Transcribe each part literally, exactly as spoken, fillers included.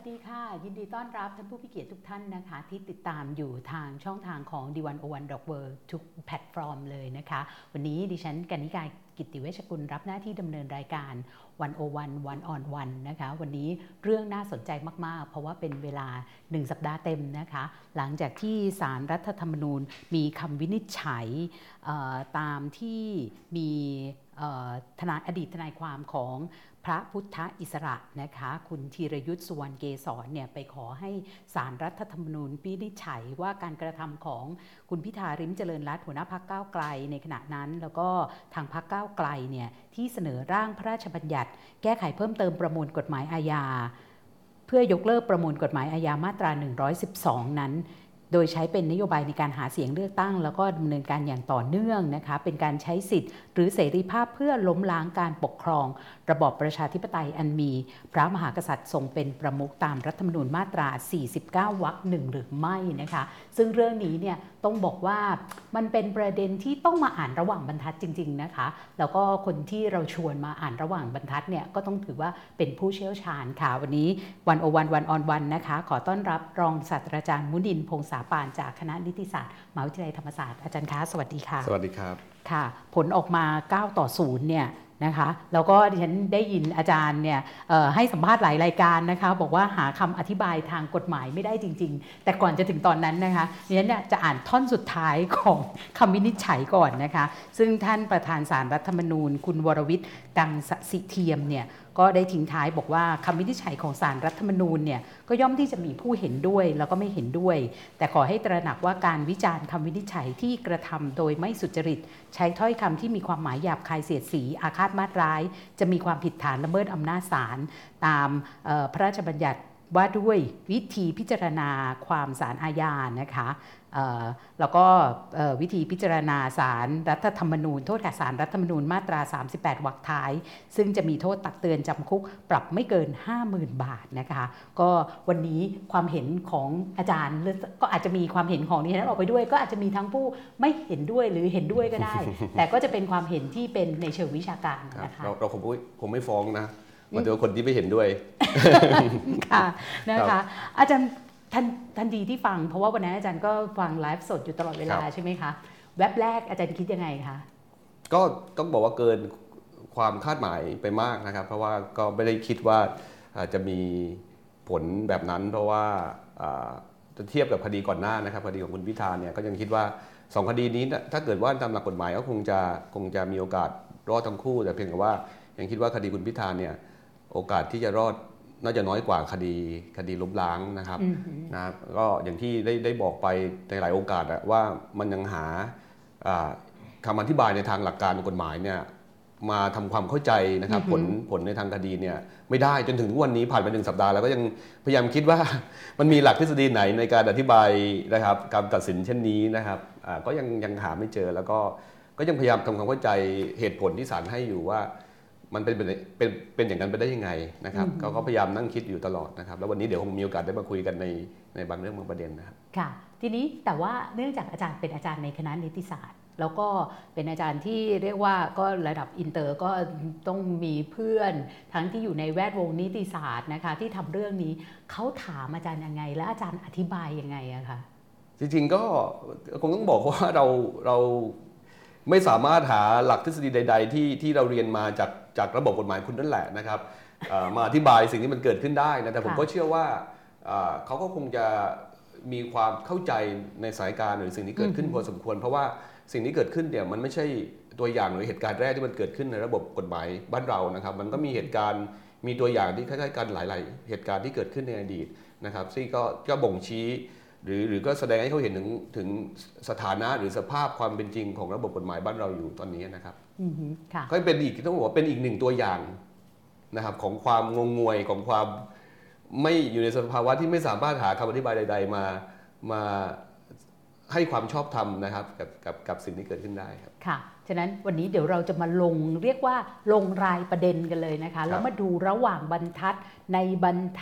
ดีค่ะยินดีต้อนรับท่านผู้พิเกียรติทุกท่านนะคะที่ติดตามอยู่ทางช่องทางของ ดี วัน โอ วัน ดอท เวิลด์ ทุกแพลตฟอร์มเลยนะคะวันนี้ดิฉันกนิกากิตติเวชกุลรับหน้าที่ดำเนินรายการ วัน โอ วัน วัน on วันนะคะวันนี้เรื่องน่าสนใจมากๆเพราะว่าเป็นเวลาหนึ่งสัปดาห์เต็มนะคะหลังจากที่ศาลรัฐธรรมนูญมีคำวินิจฉัยตามที่มีทนายอดีตทนายความของพระพุทธอิสระนะคะคุณธีรยุทธสุวรรณเกษรเนี่ยไปขอให้ศาลรัฐธรรมนูญวินิจฉัยว่าการกระทำของคุณพิธาลิ้มเจริญรัตน์หัวหน้าพรรคก้าวไกลในขณะนั้นแล้วก็ทางพรรคก้าวไกลเนี่ยที่เสนอร่างพระราชบัญญัติแก้ไขเพิ่มเติมประมวลกฎหมายอาญาเพื่อยกเลิกประมวลกฎหมายอาญามาตราหนึ่งร้อยสิบสองนั้นโดยใช้เป็นนโยบายในการหาเสียงเลือกตั้งแล้วก็ดำเนินการอย่างต่อเนื่องนะคะเป็นการใช้สิทธิ์หรือเสรีภาพเพื่อล้มล้างการปกครองระบอบประชาธิปไตยอันมีพระมหากษัตริย์ทรงเป็นประมุขตามรัฐธรรมนูญมาตราสี่สิบเก้าวรรคหนึ่งหรือไม่นะคะซึ่งเรื่องนี้เนี่ยต้องบอกว่ามันเป็นประเด็นที่ต้องมาอ่านระหว่างบรรทัดจริงๆนะคะแล้วก็คนที่เราชวนมาอ่านระหว่างบรรทัดเนี่ยก็ต้องถือว่าเป็นผู้เชี่ยวชาญค่ะวันนี้วันโอวันวันออนวันนะคะขอต้อนรับรองศาสตราจารย์มุนินทร์พงษาปานจากคณะนิติศาสตร์มหาวิทยาลัยธรรมศาสตร์อาจารย์คะสวัสดีค่ะสวัสดีครับค่ะผลออกมาเก้าต่อศูนย์เนี่ยนะคะแล้วก็ดิฉันได้ยินอาจารย์เนี่ยให้สัมภาษณ์หลายรายการนะคะบอกว่าหาคำอธิบายทางกฎหมายไม่ได้จริงๆแต่ก่อนจะถึงตอนนั้นนะคะดิฉันเนี่ยจะอ่านท่อนสุดท้ายของคำวินิจฉัยก่อนนะคะซึ่งท่านประธานศาลรัฐธรรมนูญคุณวรวิทย์กังสิเทียมเนี่ยก็ได้ทิ้งท้ายบอกว่าคำวินิจฉัยของศาลรัฐธรรมนูญเนี่ยก็ย่อมที่จะมีผู้เห็นด้วยแล้วก็ไม่เห็นด้วยแต่ขอให้ตระหนักว่าการวิจารณ์คำวินิจฉัยที่กระทำโดยไม่สุจริตใช้ถ้อยคำที่มีความหมายหยาบคายเสียดสีอาฆาตมาตร้ายจะมีความผิดฐานละเมิดอำนาจศาลตามพระราชบัญญัติว่าด้วยวิธีพิจารณาความศาลอาญานะคะแล้วก็วิธีพิจารณาศาลรัฐธรรมนูญโทษค่ะศาลรัฐธรรมนูญมาตราสามสิบแปดวรรคท้ายซึ่งจะมีโทษตักเตือนจำคุกปรับไม่เกิน ห้าหมื่น บาทนะคะก็วันนี้ความเห็นของอาจารย์ก็อาจจะมีความเห็นของดิฉันออกไปด้วยก็อาจจะมีทั้งผู้ไม่เห็นด้วยหรือเห็นด้วยก็ได้ แต่ก็จะเป็นความเห็นที่เป็นในเชิงวิชาการนะคะเราคงคงไม่ฟ้องนะมาถึงคนที่ไม่เห็นด้วยค่ะนะคะอาจารย์ทันทันทีที่ฟังเพราะว่าวันนั้นอาจารย์ก็ฟังไลฟ์สดอยู่ตลอดเวลาใช่ไหมคะแว็บแรกอาจารย์คิดยังไงคะก็ต้องบอกว่าเกินความคาดหมายไปมากนะครับเพราะว่าก็ไม่ได้คิดว่าจะมีผลแบบนั้นเพราะว่าจะเทียบกับคดีก่อนหน้านะครับคดีของคุณพิธาเนี่ยก็ยังคิดว่าสองคดีนี้ถ้าเกิดว่าตามหลักกฎหมายก็คงจะคงจะมีโอกาสรอดทั้งคู่แต่เพียงแต่ว่ายังคิดว่าคดีคุณพิธาเนี่ยโอกาสที่จะรอดน่าจะน้อยกว่าคดีคดีล้มล้างนะครับนะก็อย่างที่ได้ได้บอกไปในหลายโอกาสว่ามันยังหาคำอธิบายในทางหลักการกฎหมายเนี่ยมาทำความเข้าใจนะครับผลผลในทางคดีเนี่ยไม่ได้จนถึงวันนี้ผ่านไปหนึ่งสัปดาห์แล้วก็ยังพยายามคิดว่ามันมีหลักทฤษฎีไหนในการอธิบายนะครับการตัดสินเช่นนี้นะครับก็ยังยังหาไม่เจอแล้วก็ก็ยังพยายามทำความเข้าใจเหตุผลที่ศาลให้อยู่ว่ามันเป็นเป็นเป็นอย่างนั้นไปได้ยังไงนะครับเขาก็พยายามนั่งคิดอยู่ตลอดนะครับแล้ววันนี้เดี๋ยวคงมีโอกาสได้มาคุยกันในในบางเรื่องบางประเด็นนะครับค่ะทีนี้แต่ว่าเนื่องจากอาจารย์เป็นอาจารย์ในคณะนิติศาสตร์แล้วก็เป็นอาจารย์ที่เรียกว่าก็ระดับอินเตอร์ก็ต้องมีเพื่อนทั้งที่อยู่ในแวดวงนิติศาสตร์นะคะที่ทำเรื่องนี้เขาถามอาจารย์ยังไงและอาจารย์อธิบายยังไงอะคะจริงๆก็คงต้องบอกว่าเราเราไม่สามารถหาหลักทฤษฎีใดๆที่ที่เราเรียนมาจากจากระบบกฎหมายคุณนั่นแหละนะครับมาอธิบายสิ่งที่มันเกิดขึ้นได้นะแต่ผมก็เชื่อว่าเขาก็คงจะมีความเข้าใจในสถานการณ์หรือสิ่งที่เกิดขึ้นพอสมควรเพราะว่าสิ่งที่เกิดขึ้นเนี่ยมันไม่ใช่ตัวอย่างหรือเหตุการณ์แรกที่มันเกิดขึ้นในระบบกฎหมายบ้านเรานะครับมันก็มีเหตุการณ์มีตัวอย่างที่คล้ายๆกันหลายๆเหตุการณ์ที่เกิดขึ้นในอดีตนะครับซึ่งก็ก็บ่งชี้หรือหรือก็แสดงให้เขาเห็นถึงถึงสถานะหรือสภาพความเป็นจริงของระบบกฎหมายบ้านเราอยู่ตอนนี้นะครับก็เป็นอีกต้องบอกว่าเป็นอีกหนึ่งตัวอย่างนะครับของความงงงวยของความไม่อยู่ในสภาวะที่ไม่สามารถหาคำอธิบายใดๆมามาให้ความชอบธรรมนะครับกับกับกับสิ่งที่เกิดขึ้นได้ครับค่ะฉะนั้นวันนี้เดี๋ยวเราจะมาลงเรียกว่าลงรายประเด็นกันเลยนะคะแล้วมาดูระหว่างบรรทัดในบรรทัด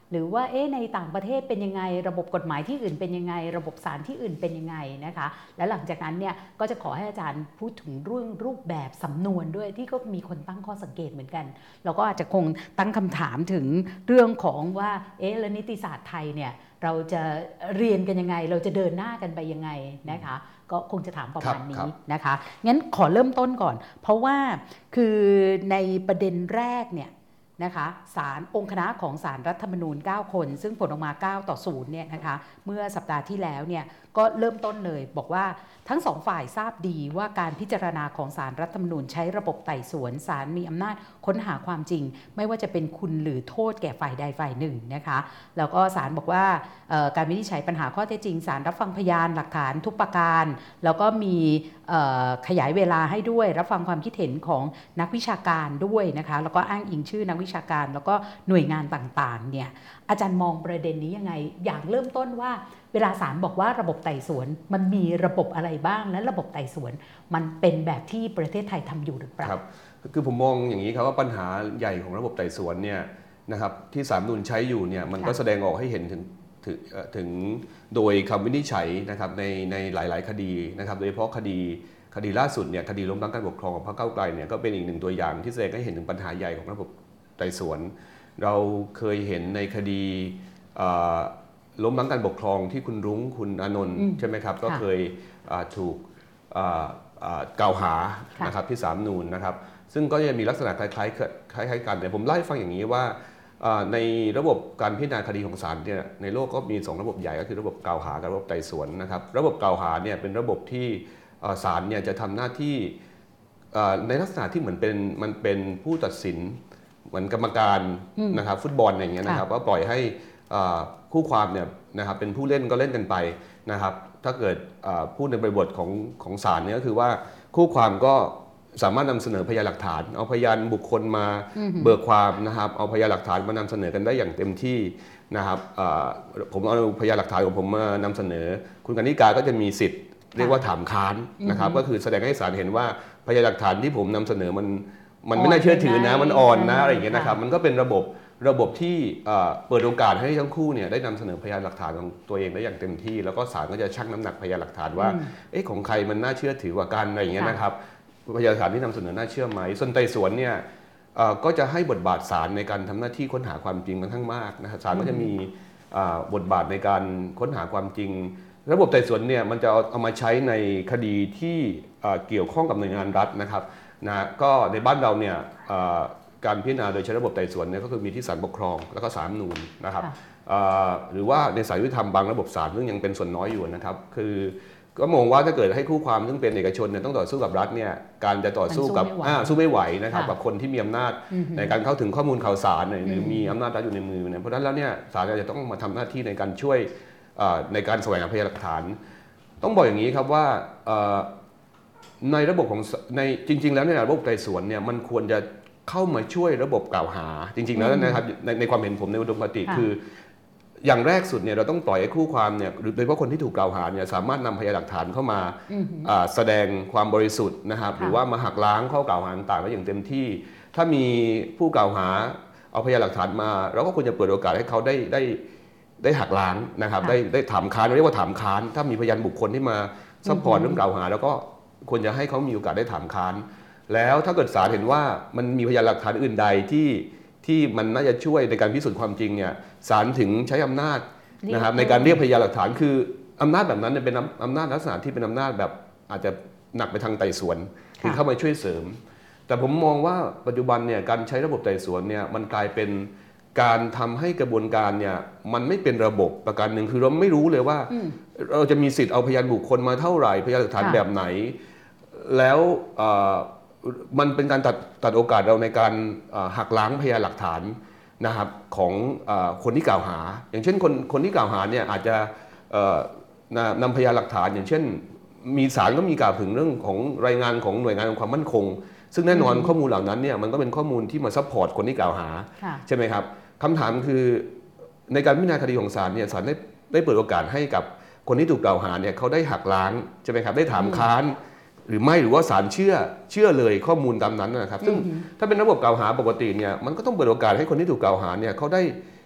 หรือว่าเอ๊ะในต่างประเทศเป็นยังไงระบบกฎหมายที่อื่นเป็นยังไงระบบศาลที่อื่นเป็นยังไงนะคะและหลังจากนั้นเนี่ยก็จะขอให้อาจารย์พูดถึงเรื่องรูปแบบสำนวนด้วยที่ก็มีคนตั้งข้อสังเกตเหมือนกันเราก็อาจจะคงตั้งคำถามถึงเรื่องของว่าเอ๊ะแล้วนิติศาสตร์ไทยเนี่ยเราจะเรียนกันยังไงเราจะเดินหน้ากันไปยังไงนะคะก็คงจะถามประมาณนี้นะคะงั้นขอเริ่มต้นก่อนเพราะว่าคือในประเด็นแรกเนี่ยนะคะศาลองค์คณะของศาลรัฐธรรมนูญเก้าคนซึ่งผลออกมาเก้าต่อศูนย์เนี่ยนะคะเมื่อสัปดาห์ที่แล้วเนี่ยก็เริ่มต้นเลยบอกว่าทั้งสองฝ่ายทราบดีว่าการพิจารณาของศาลรัฐธรรมนูญใช้ระบบไต่สวนศาลมีอำนาจค้นหาความจริงไม่ว่าจะเป็นคุณหรือโทษแก่ฝ่ายใดฝ่ายหนึ่งนะคะแล้วก็ศาลบอกว่าการวินิจฉัยปัญหาข้อเท็จจริงศาลรับฟังพยานหลักฐานทุกประการแล้วก็มีขยายเวลาให้ด้วยรับฟังความคิดเห็นของนักวิชาการด้วยนะคะแล้วก็อ้างอิงชื่อนักวิชาการแล้วก็หน่วยงานต่างๆเนี่ยอาจารย์มองประเด็นนี้ยังไงอย่างเริ่มต้นว่าเวลาศาลบอกว่าระบบไต่สวนมันมีระบบอะไรบ้างและระบบไต่สวนมันเป็นแบบที่ประเทศไทยทำอยู่หรือเปล่าครับคือผมมองอย่างนี้ครับว่าปัญหาใหญ่ของระบบไต่สวนเนี่ยนะครับที่ศาลรัฐธรรมนูญใช้อยู่เนี่ยมันก็แสดงออกให้เห็นถึงถึงถึงโดยคำวินิจฉัยนะครับในในหลายๆคดีนะครับโดยเฉพาะคดีคดีล่าสุดเนี่ยคดีล้มล้างการปกครองของพรรคก้าวไกลเนี่ยก็เป็นอีกหนึ่งตัวอย่างที่แสดงให้เห็นถึงปัญหาใหญ่ของระบบไต่สวนเราเคยเห็นในคดีล้มล้างการปกครองที่คุณรุ้งคุณอานนท์ใช่ไหมครับก็เคยถูกกล่าวหานะครับที่ศาลรัฐธรรมนูญนะครับซึ่งก็จะมีลักษณะคล้ายๆคล้ายๆกันแต่ผมเล่าให้ฟังอย่างนี้ว่าในระบบการพิจารณาคดีของศาลเนี่ยในโลกก็มีสองระบบใหญ่ก็คือระบบกล่าวหากับระบบไต่สวนนะครับระบบกล่าวหาเนี่ยเป็นระบบที่ศาลเนี่ยจะทำหน้าที่ในลักษณะที่เหมือนเป็นมันเป็นผู้ตัดสินเหมือนกรรมการนะครับฟุตบอลอย่างเงี้ยนะครับว่าปล่อยให้คู่ความเนี่ยนะครับเป็นผู้เล่นก็เล่นกันไปนะครับถ้าเกิดพูดในบริบทของของศาลเนี่ยก็คือว่าคู่ความก็สามารถนำเสนอพยานหลักฐานเอาพยานบุคคลมาเบิกความนะครับเอาพยานหลักฐานมานำเสนอกันได้อย่างเต็มที่นะครับผมเอาพยานหลักฐานของผมมานำเสนอคุณกนิกาก็จะมีสิทธิ์เรียกว่าถามค้านนะครับก็คือแสดงให้ศาลเห็นว่าพยานหลักฐานที่ผมนำเสนอมันมันไม่น่าเชื่อถือนะมันอ่อนนะอะไรอย่างเงี้ยนะครับมันก็เป็นระบบระบบที่เปิดโอกาสให้ทั้งคู่เนี่ยได้นำเสนอพยานหลักฐานของตัวเองได้อย่างเต็มที่แล้วก็ศาลก็จะชั่งน้ำหนักพยานหลักฐานว่าเอ๊ะของใครมันน่าเชื่อถือกว่ากันอะไรอย่างเงี้ยนะครับพยานหลักฐานที่นำเสนอน่าเชื่อไหมส่วนไต่สวนเนี่ยก็จะให้บทบาทศาลในการทำหน้าที่ค้นหาความจริงค่อนข้างมากนะครับศาลก็จะมีบทบาทในการค้นหาความจริงระบบไต่สวนเนี่ยมันจะเอามาใช้ในคดีที่เกี่ยวข้องกับหน่วยงานรัฐนะครับนะก็ในบ้านเราเนี่ยการพิจารณาโดยใช้ระบบไต่สวนเนี่ยก็คือมีที่ศาลปกครองแล้วก็ศาลรัฐธรรมนูญนะครับหรือว่าในศาลยุติธรรมบางระบบศาลซึ่งยังเป็นส่วนน้อยอยู่นะครับคือก็มองว่าถ้าเกิดให้คู่ความซึ่งเป็นเอกชนเนี่ยต้องต่อสู้กับรัฐเนี่ยการจะต่อสู้กับสู้ไม่ไหวนะครับกับคนที่มีอำนาจในการเข้าถึงข้อมูลข่าวสารหรือมีอำนาจรัฐอยู่ในมือเนี่ยเพราะฉะนั้นแล้วเนี่ยศาลจะต้องมาทำหน้าที่ในการช่วยในการแสวงหาพยานหลักฐานต้องบอกอย่างนี้ครับว่าในระบบของในจริงๆแล้วในระบบไต่สวนเนี่ยมันควรจะเข้ามาช่วยระบบกล่าวหาจริงๆแล้วนะครับในในความเห็นผมในอุดมคติคืออย่างแรกสุดเนี่ยเราต้องปล่อยให้คู่ความเนี่ยโดยเฉพาะคนที่ถูกกล่าวหาเนี่ยสามารถนำพยานหลักฐานเข้ามาแสดงความบริสุทธิ์นะครับหรือว่ามาหักล้างข้อกล่าวหาต่างๆได้อย่างเต็มที่ถ้ามีผู้กล่าวหาเอาพยานหลักฐานมาเราก็ควรจะเปิดโอกาสให้เขาได้ได้ได้หักล้างนะครับได้ได้ถามค้านเรียกว่าถามค้านถ้ามีพยานบุคคลที่มาซัพพอร์ตเรื่องกล่าวหาแล้วก็ควรจะให้เขามีโอกาสได้ถามค้านแล้วถ้าเกิดศาลเห็นว่ามันมีพยานหลักฐานอื่นใดที่ที่มันน่าจะช่วยในการพิสูจน์ความจริงเนี่ยศาลถึงใช้อำนาจนะครับในการเรียกพยานหลักฐานคืออำนาจแบบนั้นเนี่ยเป็นอำนาจลักษณะที่เป็นอำนาจแบบอาจจะหนักไปทางไต่สวนคือเข้ามาช่วยเสริมแต่ผมมองว่าปัจจุบันเนี่ยการใช้ระบบไต่สวนเนี่ยมันกลายเป็นการทำให้กระบวนการเนี่ยมันไม่เป็นระบบประการหนึ่งคือเราไม่รู้เลยว่าเราจะมีสิทธิ์เอาพยานบุคคลมาเท่าไหร่พยานหลักฐานแบบไหนแล้วมันเป็นการตัดตัดโอกาสเราในการหักล้างพยานหลักฐานนะครับของคนที่กล่าวหาอย่างเช่นคนคนที่กล่าวหาเนี่ยอาจจะนำพยานหลักฐานอย่างเช่นมีศาลก็มีกล่าวถึงเรื่องของรายงานของหน่วยงานความมั่นคงซึ่งแน่นอนข้อมูลเหล่านั้นเนี่ยมันก็เป็นข้อมูลที่มาซัพพอร์ตคนที่กล่าวหาใช่ไหมครับคำถามคือในการพิจารณาคดีของศาลเนี่ยศาลได้ได้เปิดโอกาสให้กับคนที่ถูกกล่าวหาเนี่ยเขาได้หักล้างใช่ไหมครับได้ถามค้านหรือไม่หรือว่าศาลเชื่อเชื่อเลยข้อมูลตามนั้นนะครับซึ่งถ้าเป็นระบบกล่าวหาปกติเนี่ยมันก็ต้องเปิดโอกาสให้คนที่ถูกกล่าวหาเนี่ยเขาได้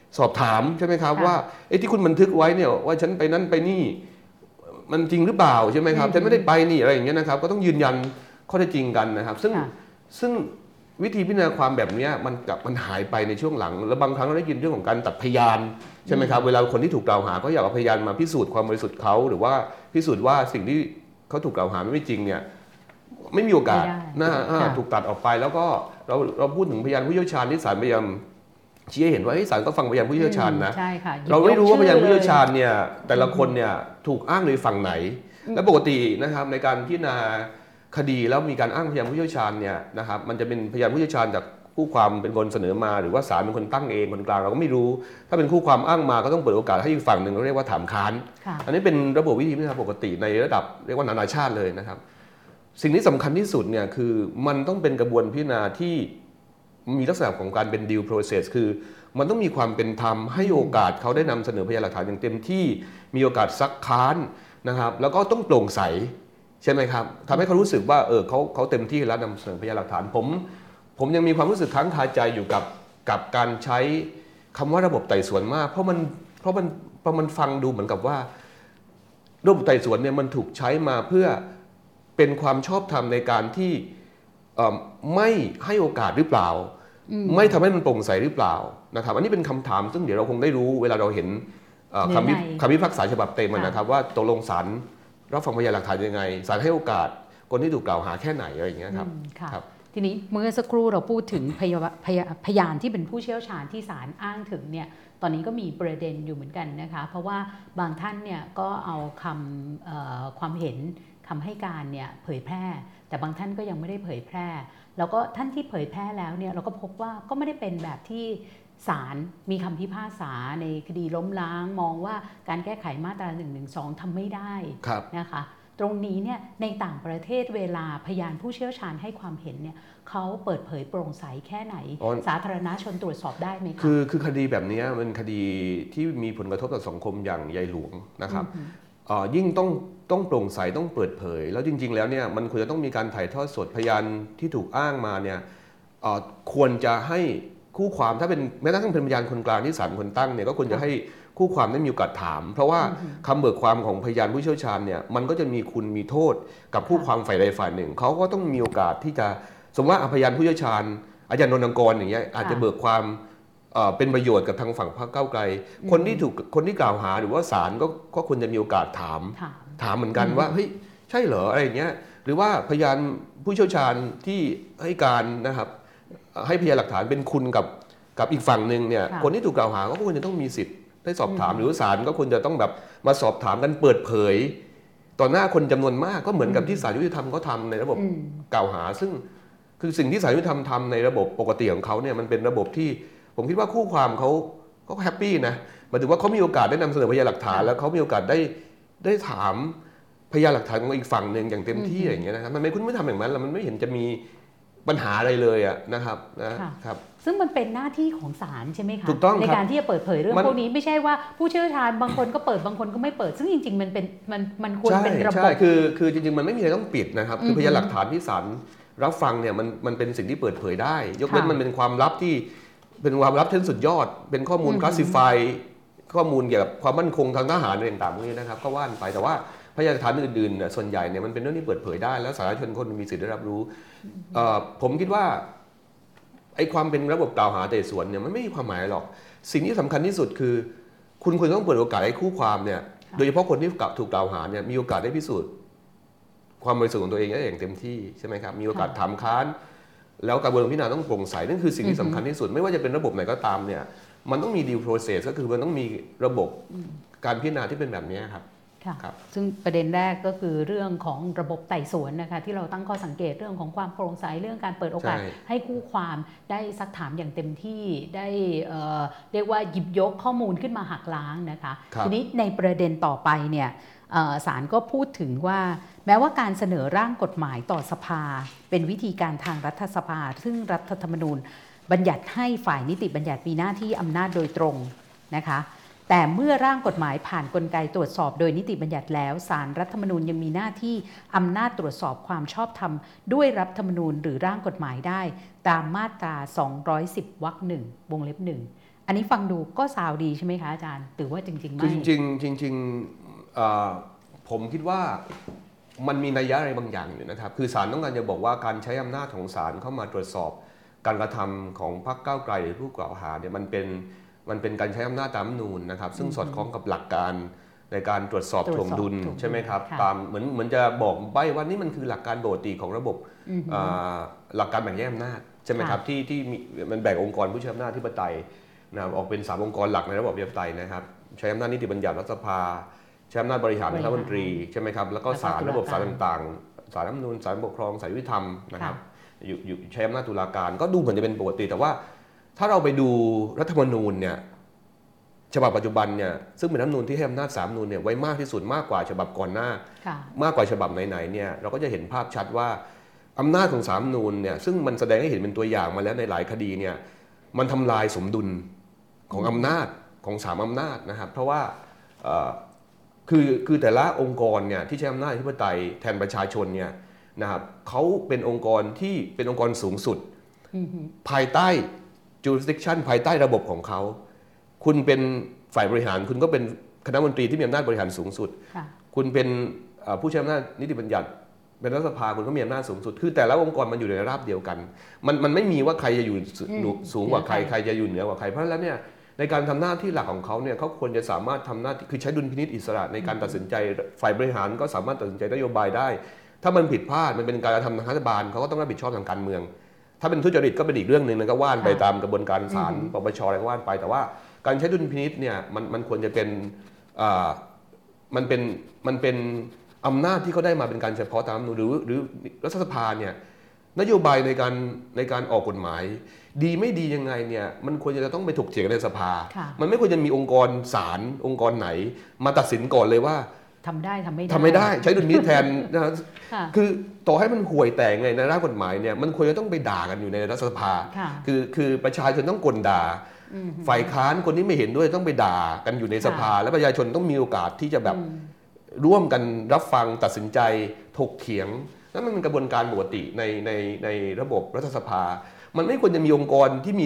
สอบถามใช่ไหมครับค่ะว่าไอ้ที่คุณบันทึกไว้เนี่ยว่าฉันไปนั่นไปนี่มันจริงหรือเปล่าใช่ไหมครับอืมฉันไม่ได้ไปนี่อะไรอย่างเงี้ยนะครับ ก็ต้องยืนยันข้อเท็จจริงกันนะครับ ซึ่งค่ะซึ่งวิธีพิจารณาความแบบเนี้ยมันกลับมันหายไปในช่วงหลัง แล้วบางครั้งเราได้ยินเรื่องของการตัดพยานใช่ไหมครับเวลาคนที่ถูกกล่าวหาก็อยากเอาพยานมาพิสูจน์ความบริสุทธิ์เขาหรือว่าพิสูจน์ว่าสิ่งที่เขาถูกกล่าวหาไม่จริงเนี่ยไม่มีโอกาสไม่ได้นะอ่าค่ะถูกตัดออกไปแล้วก็เราเราพูดถึงพยานผู้เชี่ยวชาญที่ศาลพยายามชี้ให้เห็นว่าเฮ้ยศาลก็ฟังพยานผู้เชี่ยวชาญนะใช่ค่ะเราไม่รู้ว่าพยานผู้เชี่ยวชาญลเนี่ยแต่ละคนเนี่ยถูกอ้างโดยฝั่งไหน และปกตินะครับในการพิจารณาคดีแล้วมีการอ้างพยานผู้เชี่ยวชาญเนี่ยนะครับมันจะเป็นพยานผู้เชี่ยวชาญจากคู่ความเป็นคนเสนอมาหรือว่าศาลเป็นคนตั้งเองคนกลางเราก็ไม่รู้ ถ้าเป็นคู่ความอ้างมาก็ต้องเปิดโอกาสให้อีกฝั่งหนึ่งเราเรียกว่าถามค้านค่ะอันนี้เป็นระบบวิธีพิจารณาปกติในระดับเรียกว่านานาชาติเลยนะครับ สิ่งที่สำคัญที่สุดเนี่ยคือมันต้องเป็นกระบวนพิจารณาที่มีลักษณะของการเป็น due process คือมันต้องมีความเป็นธรรมให้โอกาสเขาได้นำเสนอพยานหลักฐานอย่างเต็มที่มีโอกาสซักค้านนะครับแล้วก็ต้องโปร่งใสใช่ไหมครับทำให้เขารู้สึกว่าเออเขาเขาเต็มที่แล้วนำเสนอพยานหลักฐานผมผมยังมีความรู้สึกค้างคาใจอยู่กับกับการใช้คำว่าระบบไต่สวนมากเพราะมันเพราะมันเพราะมันฟังดูเหมือนกับว่าระบบไต่สวนเนี่ยมันถูกใช้มาเพื่อเป็นความชอบธรรมในการที่ไม่ให้โอกาสหรือเปล่าไม่ทำให้มันโปร่งใสหรือเปล่านะครับอันนี้เป็นคำถามซึ่งเดี๋ยวเราคงได้รู้เวลาเราเห็นคำวิคำพิพากษาฉบับเต็มนะครับว่าตกลงศาลรับฟังพยานหลักฐานยังไงศาลให้โอกาสคนที่ถูกกล่าวหาแค่ไหนอะไรอย่างเงี้ยครับครับทีนี้เมื่อสักครู่เราพูดถึงพยาพยาพยานที่เป็นผู้เชี่ยวชาญที่ศาลอ้างถึงเนี่ยตอนนี้ก็มีประเด็นอยู่เหมือนกันนะคะเพราะว่าบางท่านเนี่ยก็เอาคำความเห็นคำให้การเนี่ยเผยแพร่แต่บางท่านก็ยังไม่ได้เผยแพร่แล้วก็ท่านที่เผยแพร่แล้วเนี่ยเราก็พบว่าก็ไม่ได้เป็นแบบที่ศาลมีคำพิพากษาในคดีล้มล้างมองว่าการแก้ไขมาตราหนึ่งหนึ่งสองทำไม่ได้นะคะตรงนี้เนี่ยในต่างประเทศเวลาพยานผู้เชี่ยวชาญให้ความเห็นเนี่ยเขาเปิดเผยโปร่งใสแค่ไหนสาธารณชนตรวจสอบได้ไหมคะคือคือคดีแบบนี้เป็นคดีที่มีผลกระทบต่อสังคมอย่างใหญ่หลวงนะครับยิ่งต้องต้องโปร่งใสต้องเปิดเผยแล้วจริงๆแล้วเนี่ยมันควรจะต้องมีการถ่ายทอดสดพยานที่ถูกอ้างมาเนี่ยควรจะให้คู่ความถ้าเป็นแม้กระทั่งเป็นพยานคนกลางที่ศาลคนตั้งเนี่ยก็ควรจะให้คู่ความได้มีโอกาสถามเพราะว่าคำเบิกความของพยานผู้เชี่ยวชาญเนี่ยมันก็จะมีคุณมีโทษกับคู่ความฝ่ายใดฝ่ายหนึ่งเขาก็ต้องมีโอกาสที่จะสมมติว่าพยานผู้เชี่ยวชาญอาจารย์นนทกรอย่างเงี้ยอาจจะเบิกความเป็นประโยชน์กับทางฝั่งพรรคก้าวไกลคนที่ถูกคนที่กล่าวหาหรือว่าศาลก็ก็ควรจะมีโอกาสถามถามเหมือนกันว่าเฮ้ยใช่เหรออะไรอย่างเงี้ยหรือว่าพยานผู้เชี่ยวชาญที่ให้การนะครับให้พยานหลักฐานเป็นคุณกับกับอีกฝั่งหนึ่งเนี่ยคนที่ถูกกล่าวหาก็ควรจะต้องมีสิทธิ์ได้สอบถามหรือศาลก็ควรจะต้องแบบมาสอบถามกันเปิดเผยต่อหน้าคนจำนวนมากก็เหมือนกับที่ศาลยุติธรรมเขาทำในระบบกล่าวหาซึ่งคือสิ่งที่ศาลยุติธรรมทำในระบบปกติของเขาเนี่ยมันเป็นระบบที่ผมคิดว่าคู่ความเขาเขาแฮปปี้นะหมายถึงว่าเขามีโอกาสได้นำเสนอพยานหลักฐานแล้วเขามีโอกาสได้ได้ถามพยานหลักฐานของอีกฝั่งหนึ่งอย่างเต็มที่อย่างเงี้ยนะครับมันไม่คุณไม่ทำอย่างนั้นแล้วมันไม่เห็นจะมีปัญหาอะไรเลยอะนะครับนะครับซึ่งมันเป็นหน้าที่ของศาลใช่ไหมคะถูกต้องในการที่จะเปิดเผยเรื่องพวกนี้ไม่ใช่ว่าผู้เชี่ยวชาญบางคนก็เปิดบางคนก็ไม่เปิดซึ่งจริงๆมันเป็นมันมันควรเป็นระบบใช่คือคือจริงๆมันไม่มีอะไรต้องปิดนะครับคือพยานหลักฐานที่ศาลรับฟังเนี่ยมันมันเป็นสิ่งที่เปิดเผยได้ยกเว้นมันเป็นความลับที่เป็นความลับชั้นสุดยอดเป็นข้อมูลคลาสสิฟายข้อมูลเกี่ยวกับความมั่นคงทางทหารอะไรต่างๆพวกนี้นะครับก็ว่านไปแต่ว่าพยานหลักฐานอื่นๆส่วนใหญ่เนี่ยมันเป็นเรื่องที่เปิดเผยได้แล้วสาธารณชนคนมีสิทธิ์ได้รับรู้ผมคิดว่าไอ้ความเป็นระบบกล่าวหาไต่สวนเนี่ยมันไม่มีความหมายหรอกสิ่งที่สำคัญที่สุดคือคุณควรต้องเปิดโอกาสให้คู่ความเนี่ยโดยเฉพาะคนที่ถูกกล่าวหาเนี่ยมีโอกาสได้พิสูจน์ความบริสุทธิ์ของตัวเองได้อย่างเต็มที่ใช่ไหมครับมีโอกาสถามค้านแล้วกระบวนการพิจารณาต้องโปร่งใสนั่นคือสิ่งที่สำคัญที่สุดไม่ว่าจะเป็นระบบไหนก็ตามเนี่ยมันต้องมี due process ก็คือมันต้องมีระบบการพิจารณาที่เป็นแบบนี้ครับค่ะซึ่งประเด็นแรกก็คือเรื่องของระบบไต่สวนนะคะที่เราตั้งข้อสังเกตเรื่องของความโปร่งใสเรื่องการเปิดโอกาสให้คู่ความได้ซักถามอย่างเต็มที่ได้ เอ่อ เรียกว่าหยิบยกข้อมูลขึ้นมาหักล้างนะคะทีนี้ในประเด็นต่อไปเนี่ยศาลก็พูดถึงว่าแม้ว่าการเสนอร่างกฎหมายต่อสภาเป็นวิธีการทางรัฐสภาซึ่งรัฐธรรมนูญบัญญัติให้ฝ่ายนิติบัญญัติมีหน้าที่อำนาจโดยตรงนะคะแต่เมื่อร่างกฎหมายผ่านกลไกตรวจสอบโดยนิติบัญญัติแล้วศาลรัฐธรรมนูญยังมีหน้าที่อำนาจตรวจสอบความชอบธรรมด้วยรัฐธรรมนูญหรือร่างกฎหมายได้ตามมาตราสองร้อยสิบวรรคหนึ่งวงเล็บหนึ่งอันนี้ฟังดูก็ซาวดีใช่ไหมคะอาจารย์หรือว่าจริงๆไม่จริงๆจริงๆผมคิดว่ามันมีนัยยะอะไรบางอย่างอยู่นะครับคือศาลต้องการจะบอกว่าการใช้อำนาจของศาลเข้ามาตรวจสอบการกระทำของพรรคก้าวไกลหรือผู้กล่าวหาเนี่ยมันเป็นมันเป็นการใช้อำนาจตามรัฐธรรมนูญนะครับซึ่งสอดคล้องกับหลักการในการตรวจสอบถ่วงดุลใช่ไหมครับตามเหมือนเหมือนจะบอกใบ้ว่านี่มันคือหลักการปกติของระบบหลักการแบ่งแยกอำนาจใช่ไหมครับที่ที่มันแบ่งองค์กรผู้ใช้อำนาจอธิปไตยนะออกเป็นสามองค์กรหลักในระบบอธิปไตยนะครับใช้อำนาจนิติบัญญัติรัฐสภาใช้อำนาจบริหารรัฐมนตรีใช่ไหมครับแล้วก็ศาลระบบศาลต่างๆศาลรัฐธรรมนูญศาลปกครองศาลยุติธรรมนะครับอยู่อยู่ใช้อำนาจตุลาการก็ดูเหมือนจะเป็นปกติแต่ว่าถ้าเราไปดูรัฐธรรมนูญเนี่ยฉบับปัจจุบันเนี่ยซึ่งเป็นรัฐธรรมนูญที่ให้อำนาจศาลรัฐธรรมนูญเนี่ยไว้มากที่สุดมากกว่าฉบับก่อนหน้ามากกว่าฉบับไหนๆเนี่ยเราก็จะเห็นภาพชัดว่าอำนาจของศาลรัฐธรรมนูญเนี่ยซึ่งมันแสดงให้เห็นเป็นตัวอย่างมาแล้วในหลายคดีเนี่ยมันทำลายสมดุลของอำนาจของสามอำนาจนะครับเพราะว่าคือคือแต่ละองค์กรเนี่ยที่ใช้อำนาจอธิปไตยแทนประชาชนเนี่ยนะครับเขาเป็นองค์กรที่เป็นองค์กรสูงสุดภายใต้ jurisdiction ภายใต้ระบบของเขาคุณเป็นฝ่ายบริหารคุณก็เป็นคณะมนตรีที่มีอำนาจบริหารสูงสุดคุณเป็นผู้ใช้อำนาจนิติบัญญัติเป็นรัฐสภาคุณก็มีอำนาจสูงสุดคือแต่ละองค์กรมันอยู่ในระดับเดียวกันมันมันไม่มีว่าใครจะอยู่สูงกว่าใครใครจะอยู่เหนือกว่าใครเพราะฉะนั้นเนี่ยในการทำหน้าที่หลักของเขาเนี่ยเขาควรจะสามารถทำหน้าที่คือใช้ดุลพินิจอิสระในการตัดสินใจฝ่ายบริหารก็สามารถตัดสินใจนโยบายได้ถ้ามันผิดพลาดมันเป็นการกระทำทางรัฐบาลเขาก็ต้องรับผิดชอบทางการเมืองถ้าเป็นทุจริตก็เป็นอีกเรื่องนึงนะก็ว่านไปตามกระบวนการศาลปปชอะไรก็ว่านไปแต่ว่าการใช้ดุลพินิจเนี่ยมันมันควรจะเป็นมันเป็นมันเป็นอำนาจที่เขาได้มาเป็นการเฉพาะตามรัฐธรรมนูญหรือหรือรัฐสภาเนี่ยนโยบายในการในการออกกฎหมายดีไม่ดียังไงเนี่ยมันควรจะต้องไปถกเถียงในสภามันไม่ควรจะมีองค์กรศาลองค์กรไหนมาตัดสินก่อนเลยว่าทำได้ทำไม่ได้ทำไม่ได้ใช้ดุลพินิจแทนนะคือต่อให้มันห่วยแตกไงในร่างกฎหมายเนี่ยมันควรจะต้องไปด่ากันอยู่ในรัฐสภาคือคือประชาชนต้องกลด่าฝ่ายค้านคนที่ไม่เห็นด้วยต้องไปด่ากันอยู่ในสภาและประชาชนต้องมีโอกาสที่จะแบบร่วมกันรับฟังตัดสินใจถกเถียงนั่นมันเป็นกระบวนการปกติในในในระบบรัฐสภามันไม่ควรจะมีองค์กรที่มี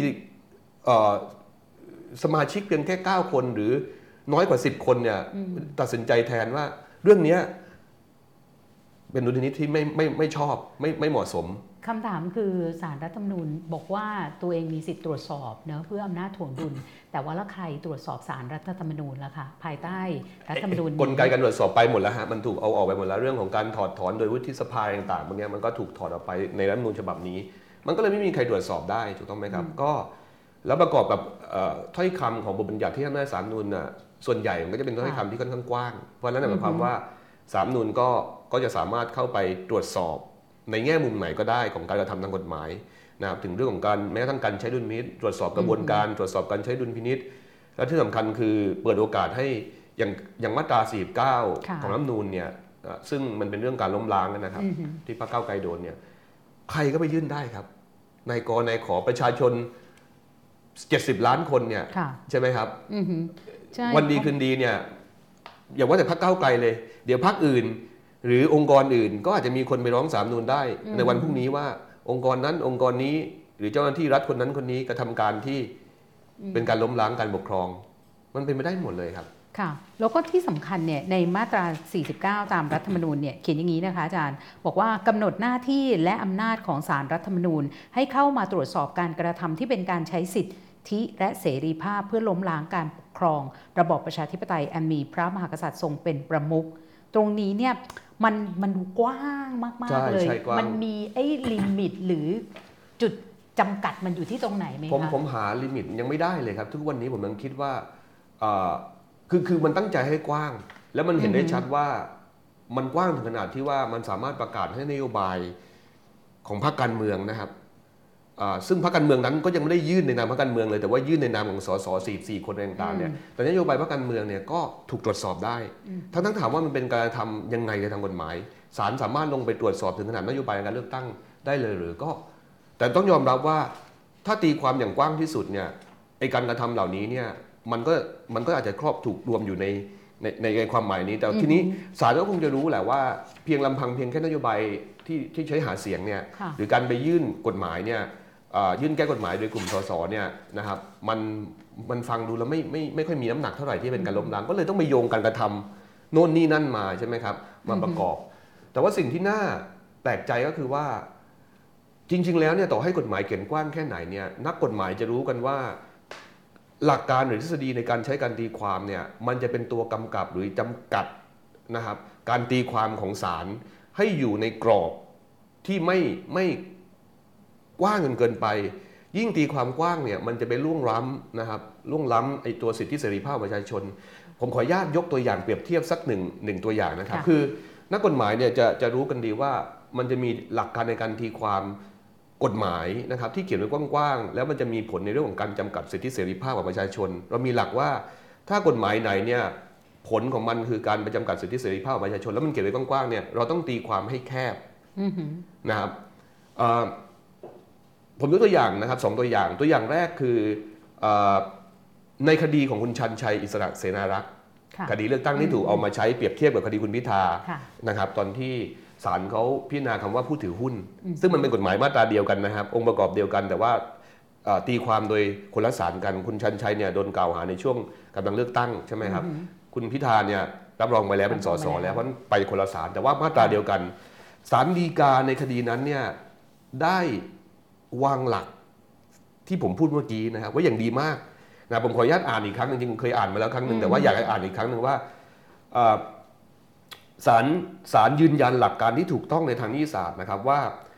สมาชิกเพียงแค่เก้าคนหรือน้อยกว่าสิบคนเนี่ยตัดสินใจแทนว่าเรื่องนี้เป็นดุลพินิจที่ไม่ไม่ไม่ชอบไม่ไม่เหมาะสมคำถามคือศาลรัฐธรรมนูญบอกว่าตัวเองมีสิทธิ์ตรวจสอบเนอะเพื่ออำนาจถ่วงดุลแต่ว่าแล้วใครตรวจสอบศาลรัฐธรรมนูญล่ะคะภายใต้รัฐธรรมนูญกลไกการตรวจสอบไปหมดแล้วฮะมันถูกเอาออกไปหมดแล้วเรื่องของการถอดถอนโดยวุฒิสภาต่างๆบางอย่างมันก็ถูกถอดออกไปในรัฐธรรมนูญฉบับนี้มันก็เลยไม่มีใครตรวจสอบได้ถูกต้องไหมครับก็แล้วประกอบกับถ้อยคำของบทบัญญัติที่อำนาจศาลรัฐธรรมนูญน่ะส่วนใหญ่มันก็จะเป็นถ้อยคำที่ค่อนข้างกว้างเพราะฉะนั้นหมายความว่าศาลรัฐธรรมนูญก็ก็จะสามารถเข้าไปตรวจสอบในแง่มุมไหนก็ได้ของการกระทำทางกฎหมายนะครับถึงเรื่องของการแม้กระทั่งการใช้ดุลพินิจตรวจสอบกระบวนการตรวจสอบการใช้ดุลพินิจและที่สำคัญคือเปิดโอกาสให้อย่างอย่างมาตราสี่สิบเก้าของรัฐธรรมนูญเนี่ยซึ่งมันเป็นเรื่องการล้มล้างนะครับที่พรรคก้าวไกลโดนเนี่ยใครก็ไปยื่นได้ครับนายกนายขอประชาชนเจ็ดสิบล้านคนเนี่ยใช่ไหมครับวันดีคืนดีเนี่ยอย่าว่าแต่พรรคก้าวไกลเลยเดี๋ยวพรรคอื่นหรือองค์กรอื่นก็อาจจะมีคนไปร้องศาลรัฐธรรมนูญได้ในวันพรุ่งนี้ว่าองค์กรนั้นองค์กรนี้หรือเจ้าหน้าที่รัฐคนนั้นคนนี้กระทำการที่เป็นการล้มล้างการปกครองมันเป็นไปได้หมดเลยครับค่ะแล้วก็ที่สำคัญเนี่ยในมาตราสี่สิบเก้าตามรัฐธรรมนูญเนี่ยเขียนอย่างนี้นะคะอาจารย์บอกว่ากำหนดหน้าที่และอำนาจของศาลรัฐธรรมนูญให้เข้ามาตรวจสอบการกระทำที่เป็นการใช้สิทธิและเสรีภาพเพื่อล้มล้างการปกครองระบอบประชาธิปไตยอันมีพระมหากษัตริย์ทรงเป็นประมุขตรงนี้เนี่ยมันมันดูกว้างมากๆเลยมันมีไอ้ลิมิตหรือจุดจำกัดมันอยู่ที่ตรงไหนไหมคะผมผมหาลิมิตยังไม่ได้เลยครับทุกวันนี้ผมยังคิดว่าคือคือมันตั้งใจให้กว้างแล้วมันเห็นได้ชัดว่ามันกว้างถึงขนาดที่ว่ามันสามารถประกาศให้นโยบายของพรรคการเมืองนะครับซึ่งพรรคการเมืองนั้นก็ยังไม่ได้ยื่นในนามพรรคการเมืองเลยแต่ว่ายื่นในนามของสสสี่สี่คนต่างๆเนี่ยแต่นโยบายพรรคการเมืองเนี่ยก็ถูกตรวจสอบได้ทั้งทั้งถามว่ามันเป็นการทำยังไงในทางกฎหมายศาลสามารถลงไปตรวจสอบถึงขนาดนโยบายการเลือกตั้งได้เลยหรือก็แต่ต้องยอมรับว่าถ้าตีความอย่างกว้างที่สุดเนี่ยไอ้การกระทำเหล่านี้เนี่ยมันก็มันก็อาจจะครอบถูกรวมอยู่ในในในความหมายนี้แต่ทีนี้ศาลก็คงจะรู้แหละว่าเพียงลำพังเพียงแค่นโยบายที่ที่ใช้หาเสียงเนี่ยหรือการไปยื่นกฎหมายเนี่ยยื่นแก้กฎหมายโดยกลุ่มสสเนี่ยนะครับมันมันฟังดูแล้วไม่ไม่ไม่ค่อยมีน้ำหนักเท่าไหร่ที่เป็นการล้มล้างก็เลยต้องไปโยงการกระทำโน่นนี่นั่นมาใช่ไหมครับมาประกอบแต่ว่าสิ่งที่น่าแปลกใจก็คือว่าจริงๆแล้วเนี่ยต่อให้กฎหมายเขียนกว้างแค่ไหนเนี่ยนักกฎหมายจะรู้กันว่าหลักการหรือทฤษฎีในการใช้การตีความเนี่ยมันจะเป็นตัวกำกับหรือจำกัดนะครับการตีความของศาลให้อยู่ในกรอบที่ไม่ไม่กว้างเกินไปยิ่งตีความกว้างเนี่ยมันจะไปล่วงล้ำนะครับล่วงล้ำไอ้ตัวสิทธิเสรีภาพประชาชนผมขออนุญาตยกตัวอย่างเปรียบเทียบสักหนึ่งหนึ่งตัวอย่างนะครับคือนักกฎหมายเนี่ยจะจะรู้กันดีว่ามันจะมีหลักการในการตีความกฎหมายนะครับที่เขียนไว้กว้างๆแล้วมันจะมีผลในเรื่องของการจำกัดสิทธิเสรีภาพของประชาชนเรามีหลักว่าถ้ากฎหมายไหนเนี่ยผลของมันคือการไปจำกัดสิทธิเสรีภาพของประชาชนแล้วมันเขียนไว้กว้างๆเนี่ยเราต้องตีความให้แคบนะครับผมยกตัวอย่างนะครับสองตัวอย่างตัวอย่างแรกคือในคดีของคุณชันชัยอิสระเสนารักษ์คดีเลือกตั้งที่ถูกเอามาใช้เปรียบเทียบกับคดีคุณพิธานะครับตอนที่ศาลเขาพิจารณาคำว่าผู้ถือหุ้นซึ่งมันเป็นกฎหมายมาตราเดียวกันนะครับองค์ประกอบเดียวกันแต่ว่าตีความโดยคนละศาลกันคุณชันชัยเนี่ยโดนกล่าวหาในช่วงกำลังเลือกตั้งใช่ไหมครับคุณพิธาเนี่ยรับรองไปแล้วเป็นสสแล้วเพราะไปคนละศาลแต่ว่ามาตราเดียวกันศาลฎีกาในคดีนั้นเนี่ยได้วางหลักที่ผมพูดเมื่อกี้นะครับว่าอย่างดีมากนะผมขออนุญาตอ่านอีกครั้งนึงจริงๆเคยอ่านมาแล้วครั้งหนึ่งแต่ว่าอยากให้อ่านอีกครั้งหนึ่งว่าศาลศาลยืนยันหลักการที่ถูกต้องในทางนิติศาสตร์นะครับว่า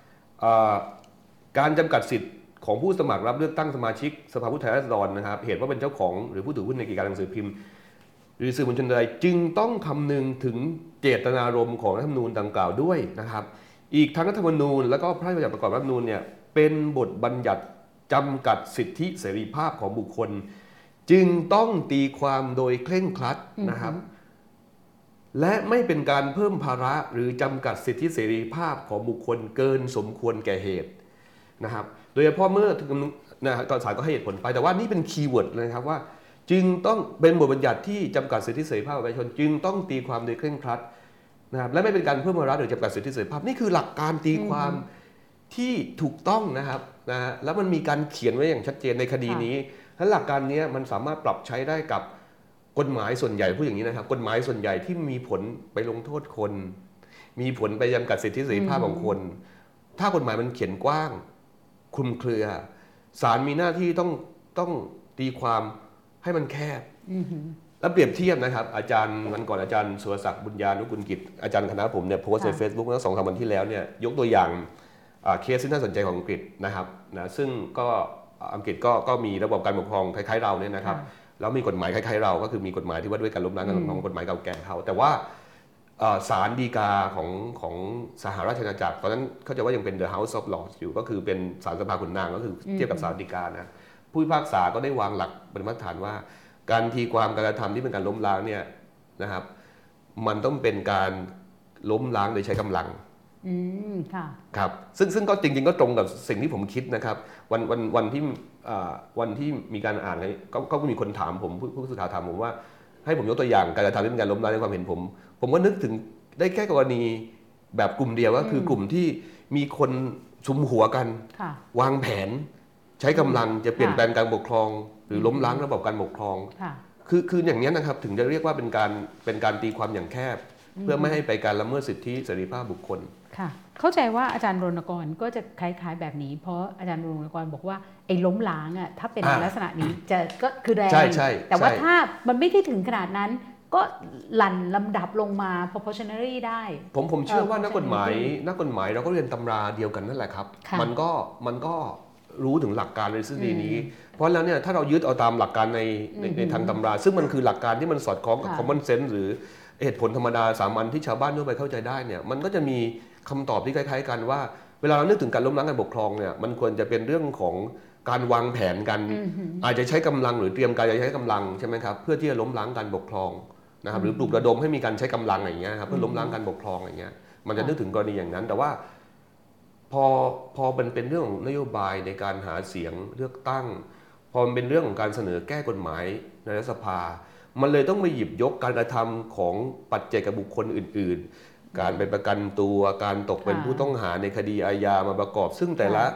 การจำกัดสิทธิ์ของผู้สมัครรับเลือกตั้งสมาชิกสภาผู้แทนราษฎรนะครับเหตุว่าเป็นเจ้าของหรือผู้ถือหุ้นในกิจการหนังสือพิมพ์หรือสื่อมวลชนใดจึงต้องคำนึงถึงเจตนารมณ์ของรัฐธรรมนูญดังกล่าวด้วยนะครับอีกทั้งรัฐธรรมนูญและก็พระราชบัญญัติประกอบรัฐธรรมนูญเนี่ยเป็นบทบัญญัติจำกัดสิทธิเสรีภาพของบุคคลจึงต้องตีความโดยเคร่งครัดนะครับและไม่เป็นการเพิ่มภาระหรือจำกัดสิทธิเสรีภาพของบุคคลเกินสมควรแก่เหตุนะครับโดยเฉพาะเมื่อนะตอนศาลก็ให้เหตุผลไปแต่ว่านี่เป็นคีย์เวิร์ดเลยครับว่าจึงต้องเป็นบทบัญญัติที่จำกัดสิทธิเสรีภาพของประชาชนจึงต้องตีความโดยเคร่งครัดนะครับและไม่เป็นการเพิ่มภาระหรือจำกัดสิทธิเสรีภาพนี่คือหลักการตีความที่ถูกต้องนะครับนะฮะแล้วมันมีการเขียนไว้อย่างชัดเจนในคดีนี้และหลักการนี้มันสามารถปรับใช้ได้กับกฎหมายส่วนใหญ่พูดอย่างนี้นะครับกฎหมายส่วนใหญ่ที่มีผลไปลงโทษคนมีผลไปจำกัดสิทธิเสรีภาพของคนถ้ากฎหมายมันเขียนกว้างคลุมเครือศาลมีหน้าที่ต้องต้องตีความให้มันแคบแล้วเปรียบเทียบนะครับอาจารย์วันก่อนอาจารย์สุรศักดิ์บุญญานุกุลกิจอาจารย์คณะผมเนี่ยโพสต์ใน Facebook เมื่อสองสามวันที่แล้วเนี่ยยกตัวอย่างเคสที่น่าสนใจของอังกฤษนะครับนะซึ่งก็อังกฤษก็ก็มีระบบการปกครองคล้ายๆเราเนี่ยนะครับแล้วมีกฎหมายคล้ายๆเราก็คือมีกฎหมายที่ว่าด้วยการล้มล้างการปกครองกฎหมายเก่าแก่เขาแต่ว่าศาลฎีกาของของสหราชอาณาจักรตอนนั้นเขาจะว่ายังเป็น The House of Lords อยู่ก็คือเป็นศาลสภาขุนนางก็คือเทียบกับศาลฎีกานะผู้พิพากษาก็ได้วางหลักเป็นมาตรฐานว่าการตีความการกระทำที่เป็นการล้มล้างเนี่ยนะครับมันต้องเป็นการล้มล้างโดยใช้กำลังอืมค่ะครับซึ่งซึ่งก็จริงๆก็ตรงกับสิ่งที่ผมคิดนะครับวันวันวันที่วันที่มีการอ่านก็ก็มีคนถามผมผู้สื่อข่าวถามผมว่าให้ผมยกตัวอย่างการกระทำที่เป็นการล้มล้างในความเห็นผมผมก็นึกถึงได้แค่กรณีแบบกลุ่มเดียวก็คือกลุ่มที่มีคนชุมหัวกันวางแผนใช้กำลังจะเปลี่ยนแปลงการปกครองหรือล้มล้างระบบการปกครองคือคืออย่างนี้นะครับถึงจะเรียกว่าเป็นการเป็นการตีความอย่างแคบเพื่อไม่ให้ไปการละเมิดสิทธิเสรีภาพบุคคลค่ะเข้าใจว่าอาจารย์รณกรก็จะคล้ายๆแบบนี้เพราะอาจารย์รณกรบอกว่าไอ้ล้มล้างอ่ะถ้าเป็นลักษณะนี้จะก็คือแรงแต่ว่าถ้ามันไม่ได้ถึงขนาดนั้นก็หลั่นลำดับลงมา proportionally ได้ผมผมเชื่อว่านักกฎหมายนักกฎหมายเราก็เรียนตำราเดียวกันนั่นแหละครับมันก็มันก็รู้ถึงหลักการในทฤษฎีนี้เพราะแล้วเนี่ยถ้าเรายึดเอาตามหลักการในในทางตำราซึ่งมันคือหลักการที่มันสอดคล้องกับ common sense หรือเหตุผลธรรมดาสามัญที่ชาวบ้านทั่วไปเข้าใจได้เนี่ยมันก็จะมีคำตอบที่คล้ายๆกันว่าเวลาเรานึกถึงการล้มล้างการปกครองเนี่ยมันควรจะเป็นเรื่องของการวางแผนกันอาจจะใช้กำลังหรือเตรียมการจะใช้กำลังใช่ไหมครับเพื่อที่จะล้มล้างการปกครองนะครับหรือปลุกระดมให้มีการใช้กำลังอย่างเงี้ยครับเพื่อล้มล้างการปกครองอย่างเงี้ยมันจะนึกถึงกรณีอย่างนั้นแต่ว่าพอพอมันเป็นเรื่องของนโยบายในการหาเสียงเลือกตั้งพอมันเป็นเรื่องของการเสนอแก้กฎหมายในรัฐสภามันเลยต้องไปหยิบยกการกระทำของปัจเจกบุคคลอื่นๆการไปประกันตัวการตกเป็นผู้ต้องหาในคดีอาญามาประกอบซึ่งแต่ละ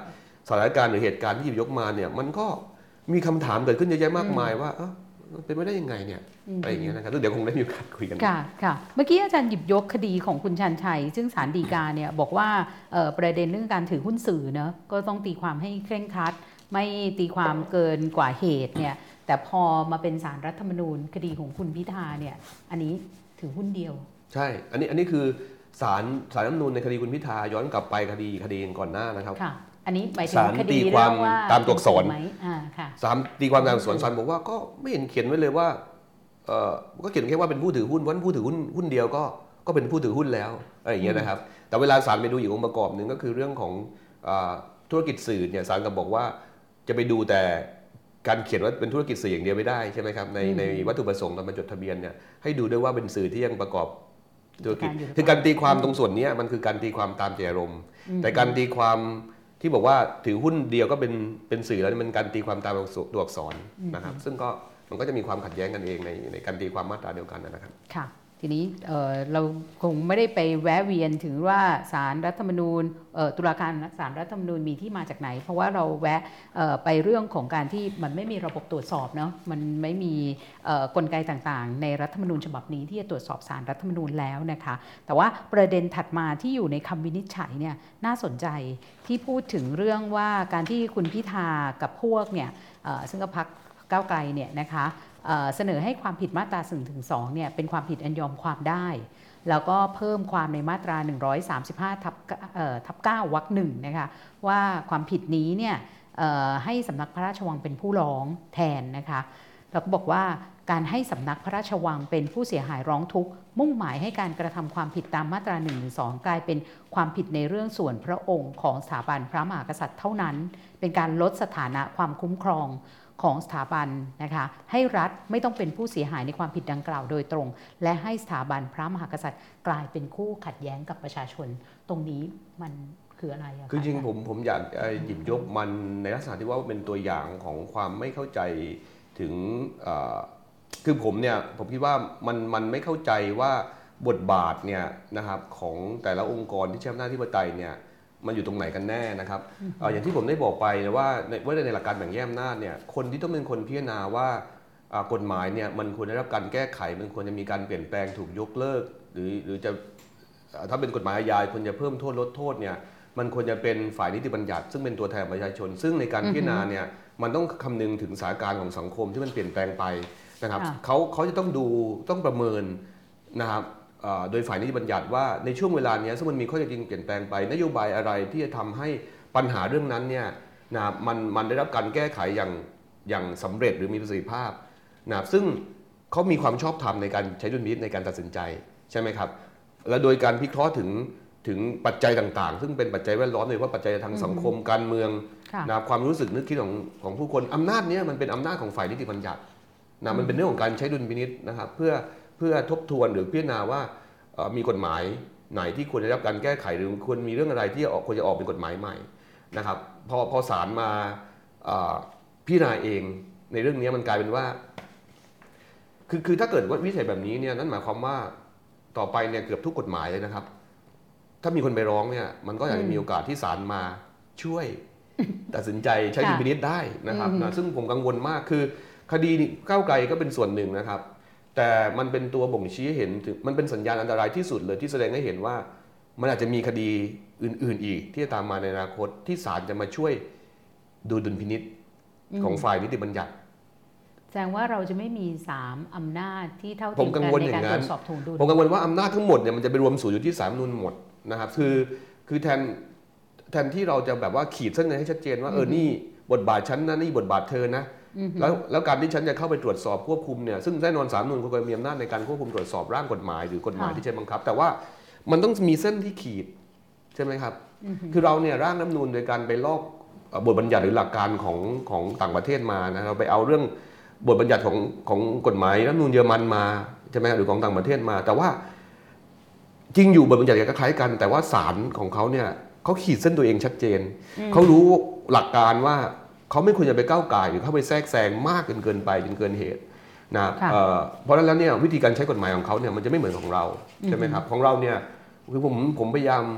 สถานการณ์หรือเหตุการณ์ที่หยิบยกมาเนี่ยมันก็มีคำถามเกิดขึ้นเยอะแยะมากมายว่าเออมันเป็นไปได้ยังไงเนี่ยอะไรอย่างเงี้ยนะครับซึ่งเดี๋ยวคงได้มีโอกาสคุยกันค่ะค่ะเมื่อกี้อาจารย์หยิบยกคดีของคุณชันชัยซึ่งศาลฎีกาเนี่ยบอกว่าประเด็นเรื่องการถือหุ้นสื่อเนอะก็ต้องตีความให้เคร่งครัดไม่ตีความเกินกว่าเหตุเนี่ยแต่พอมาเป็นศาลรัฐธรรมนูญคดีของคุณพิธาเนี่ยอันนี้ถือหุ้นเดียวใช่อันนี้อันนี้คือศาลศาลรัฐธรรมนูญในคดีคุณพิธาย้อนกลับไปคดีคดีก่อนหน้านะครับค่ะอันนี้หมายถึงคดีเรื่องว่าตามตัวอักษรศาลตีความตามตัวอักษรศาลบอกว่าก็ไม่เห็นเขียนไว้เลยว่าเออก็เขียนแค่ว่าเป็นผู้ถือหุ้นวันผู้ถือหุ้นหุ้นเดียวก็ก็เป็นผู้ถือหุ้นแล้วอะไรอย่างเงี้ยนะครับแต่เวลาศาลไปดูอีกองค์ประกอบหนึ่งก็คือเรื่องของธุรกิจสื่อเนี่ยศาลก็บอกว่าจะไปดูแต่การเขียนว่าเป็นธุรกิจสื่ออย่างเดียวไม่ได้ใช่ไหมครับในในวัตถุประสงค์ตอนมาจดทะเบียนเนี่ยให้ดูด้วยว่าเป็นสื่อที่ยังประกอบธุรกิจคือการตีความตรงส่วนนี้มันคือการตีความตามเจตนารมณ์แต่การตีความที่บอกว่าถือหุ้นเดียวก็เป็นเป็นสื่อแล้วมันการตีความตามตัวอักษรนะครับซึ่งก็มันก็จะมีความขัดแย้งกันเองในในการตีความมาตราเดียวกันนะครับค่ะทีนี้ เ, เราคงไม่ได้ไปแวะเวียนถึงว่าศาลรัฐธรรมนูญตุลาการศาลรัฐธรรมนูญมีที่มาจากไหนเพราะว่าเราแวะไปเรื่องของการที่มันไม่มีระบบตรวจสอบเนาะมันไม่มีกลไกต่างๆในรัฐธรรมนูญฉบับนี้ที่จะตรวจสอบศาลรัฐธรรมนูญแล้วนะคะแต่ว่าประเด็นถัดมาที่อยู่ในคำวินิจฉัยเนี่ยน่าสนใจที่พูดถึงเรื่องว่าการที่คุณพิธากับพวกเนี่ยซึ่งก็พรรคก้าวไกลเนี่ยนะคะเสนอให้ความผิดมาตรา หนึ่งถึงสอง เนี่ยเป็นความผิดอันยอมความได้แล้วก็เพิ่มความในมาตรา หนึ่งร้อยสามสิบห้า ทับทับเก้าวรรคหนึ่งนะคะว่าความผิดนี้เนี่ยให้สำนักพระราชวังเป็นผู้ร้องแทนนะคะแล้วก็บอกว่าการให้สำนักพระราชวังเป็นผู้เสียหายร้องทุกข์มุ่งหมายให้การกระทำความผิดตามมาตรา หนึ่งถึงสอง กลายเป็นความผิดในเรื่องส่วนพระองค์ของสถาบันพระมหากษัตริย์เท่านั้นเป็นการลดสถานะความคุ้มครองของสถาบันนะคะให้รัฐไม่ต้องเป็นผู้เสียหายในความผิดดังกล่าวโดยตรงและให้สถาบันพระมหากษัตริย์กลายเป็นคู่ขัดแย้งกับประชาชนตรงนี้มันคืออะไรอะคือจริงผมผมอยากหยิบยกมันในลักษณะที่ว่าเป็นตัวอย่างของความไม่เข้าใจถึงคือผมเนี่ยผมคิดว่ามันมันไม่เข้าใจว่าบทบาทเนี่ยนะครับของแต่ละองค์กรที่ใช้อำนาจอธิปไตยเนี่ยมันอยู่ตรงไหนกันแน่นะครับ อ, อย่างที่ผมได้บอกไปนะว่าในว่าในหลักการแบ่งแยกอำนาจเนี่ยคนที่ต้องเป็นคนพิจารณาว่ากฎหมายเนี่ยมันควรได้รับการแก้ไขมันควรจะมีการเปลี่ยนแปลงถูกยกเลิกหรือหรือจะถ้าเป็นกฎหมายอาญาควรจะเพิ่มโทษลดโทษเนี่ยมันควรจะเป็นฝ่ายนิติบัญญัติซึ่งเป็นตัวแทนประชาชนซึ่งในการพิจารณาเนี่ยมันต้องคำนึงถึงสถานการณ์ของสังคมที่มันเปลี่ยนแปลงไปนะครับเขาเขาจะต้องดูต้องประเมินนะครับโดยฝ่ายนิติบัญญัติว่าในช่วงเวลานี้ซึ่งมันมีข้อเท็จจริงเปลี่ยนแปลงไปนโยบายอะไรที่จะทำให้ปัญหาเรื่องนั้นเนี่ยนะมันมันได้รับการแก้ไขอย่างอย่างสำเร็จหรือมีประสิทธิภาพนะซึ่งเขามีความชอบธรรมในการใช้ดุลพินิจในการตัดสินใจใช่ไหมครับและโดยการพิเคราะห์ถึงถึงปัจจัยต่างๆซึ่งเป็นปัจจัยแวดล้อมโดยเฉพาะปัจจัยทางสังคมการเมืองนะความรู้สึกนึกคิดของของผู้คนอำนาจนี้มันเป็นอำนาจของฝ่ายนิติบัญญัตินะมันเป็นเรื่องของการใช้ดุลพินิจนะครับเพื่อเพื่อทบทวนหรือพิจารณาว่ามีกฎหมายไหนที่ควรได้รับการแก้ไขหรือควรมีเรื่องอะไรที่ควรจะออกเป็นกฎหมายใหม่นะครับพอพอศาลมาพิจารณาเองในเรื่องนี้มันกลายเป็นว่าคือคือถ้าเกิดว่าวิสัยแบบนี้เนี่ยนั่นหมายความว่าต่อไปเนี่ยเกือบทุกกฎหมายเลยนะครับถ้ามีคนไปร้องเนี่ยมันก็อาจจะมีโอกาสที่ศาลมาช่วยตัดสินใจใช้ดุลพินิจได้นะครับนะซึ่งผมกังวลมากคือคดีก้าวไกลก็เป็นส่วนหนึ่งนะครับแต่มันเป็นตัวบ่งชี้ให้เห็นถึงมันเป็นสัญญาณอันตรายที่สุดเลยที่แสดงให้เห็นว่ามันอาจจะมีคดีอื่นๆอีกที่จะตามมาในอนาคตที่ศาลจะมาช่วยดูดุลพินิจของฝ่ายนิติบัญญัติแสดงว่าเราจะไม่มีสามอำนาจที่เท่าเทียมกันในการตรวจสอบถวงดุลผมกังวลว่าอำนาจทั้งหมดเนี่ยมันจะไปรวมสู่อยู่ที่ศาลรัฐธรรมนูญหมดนะครับคือคือแทนแทนที่เราจะแบบว่าขีดเส้นให้ชัดเจนว่าเออนี่บทบาทฉันนะนี่บทบาทเธอนะแล้วแล้วการที่ฉันจะเข้าไปตรวจสอบควบคุมเนี่ยซึ่งแน่นอนศาลรัฐธรรมนูญควรมีอำนาจในการควบคุมตรวจสอบร่างกฎหมายหรือกฎหมายที่ใช้บังคับแต่ว่ามันต้องมีเส้นที่ขีดใช่ไหมครับคือเราเนี่ยร่างรัฐธรรมนูญโดยการไปลอกบทบัญญัติหรือหลักการของของต่างประเทศมานะเราไปเอาเรื่องบทบัญญัติของของกฎหมายรัฐธรรมนูญเยอรมันมาใช่ไหมหรือของต่างประเทศมาแต่ว่าจริงอยู่บทบัญญัติก็คล้ายกันแต่ว่าศาลของเขาเนี่ยเขาขีดเส้นตัวเองชัดเจนเขารู้หลักการว่าเขาไม่ควรจะไปก้าวก่ายหรือเข้าไปแทรกแซงมากเกินเกินไปจนเกินเหตุนะเพราะฉะนั้นแล้วเนี่ยวิธีการใช้กฎหมายของเขาเนี่ยมันจะไม่เหมือนของเราใช่ไหมครับของเราเนี่ยคือผมผมพยายาม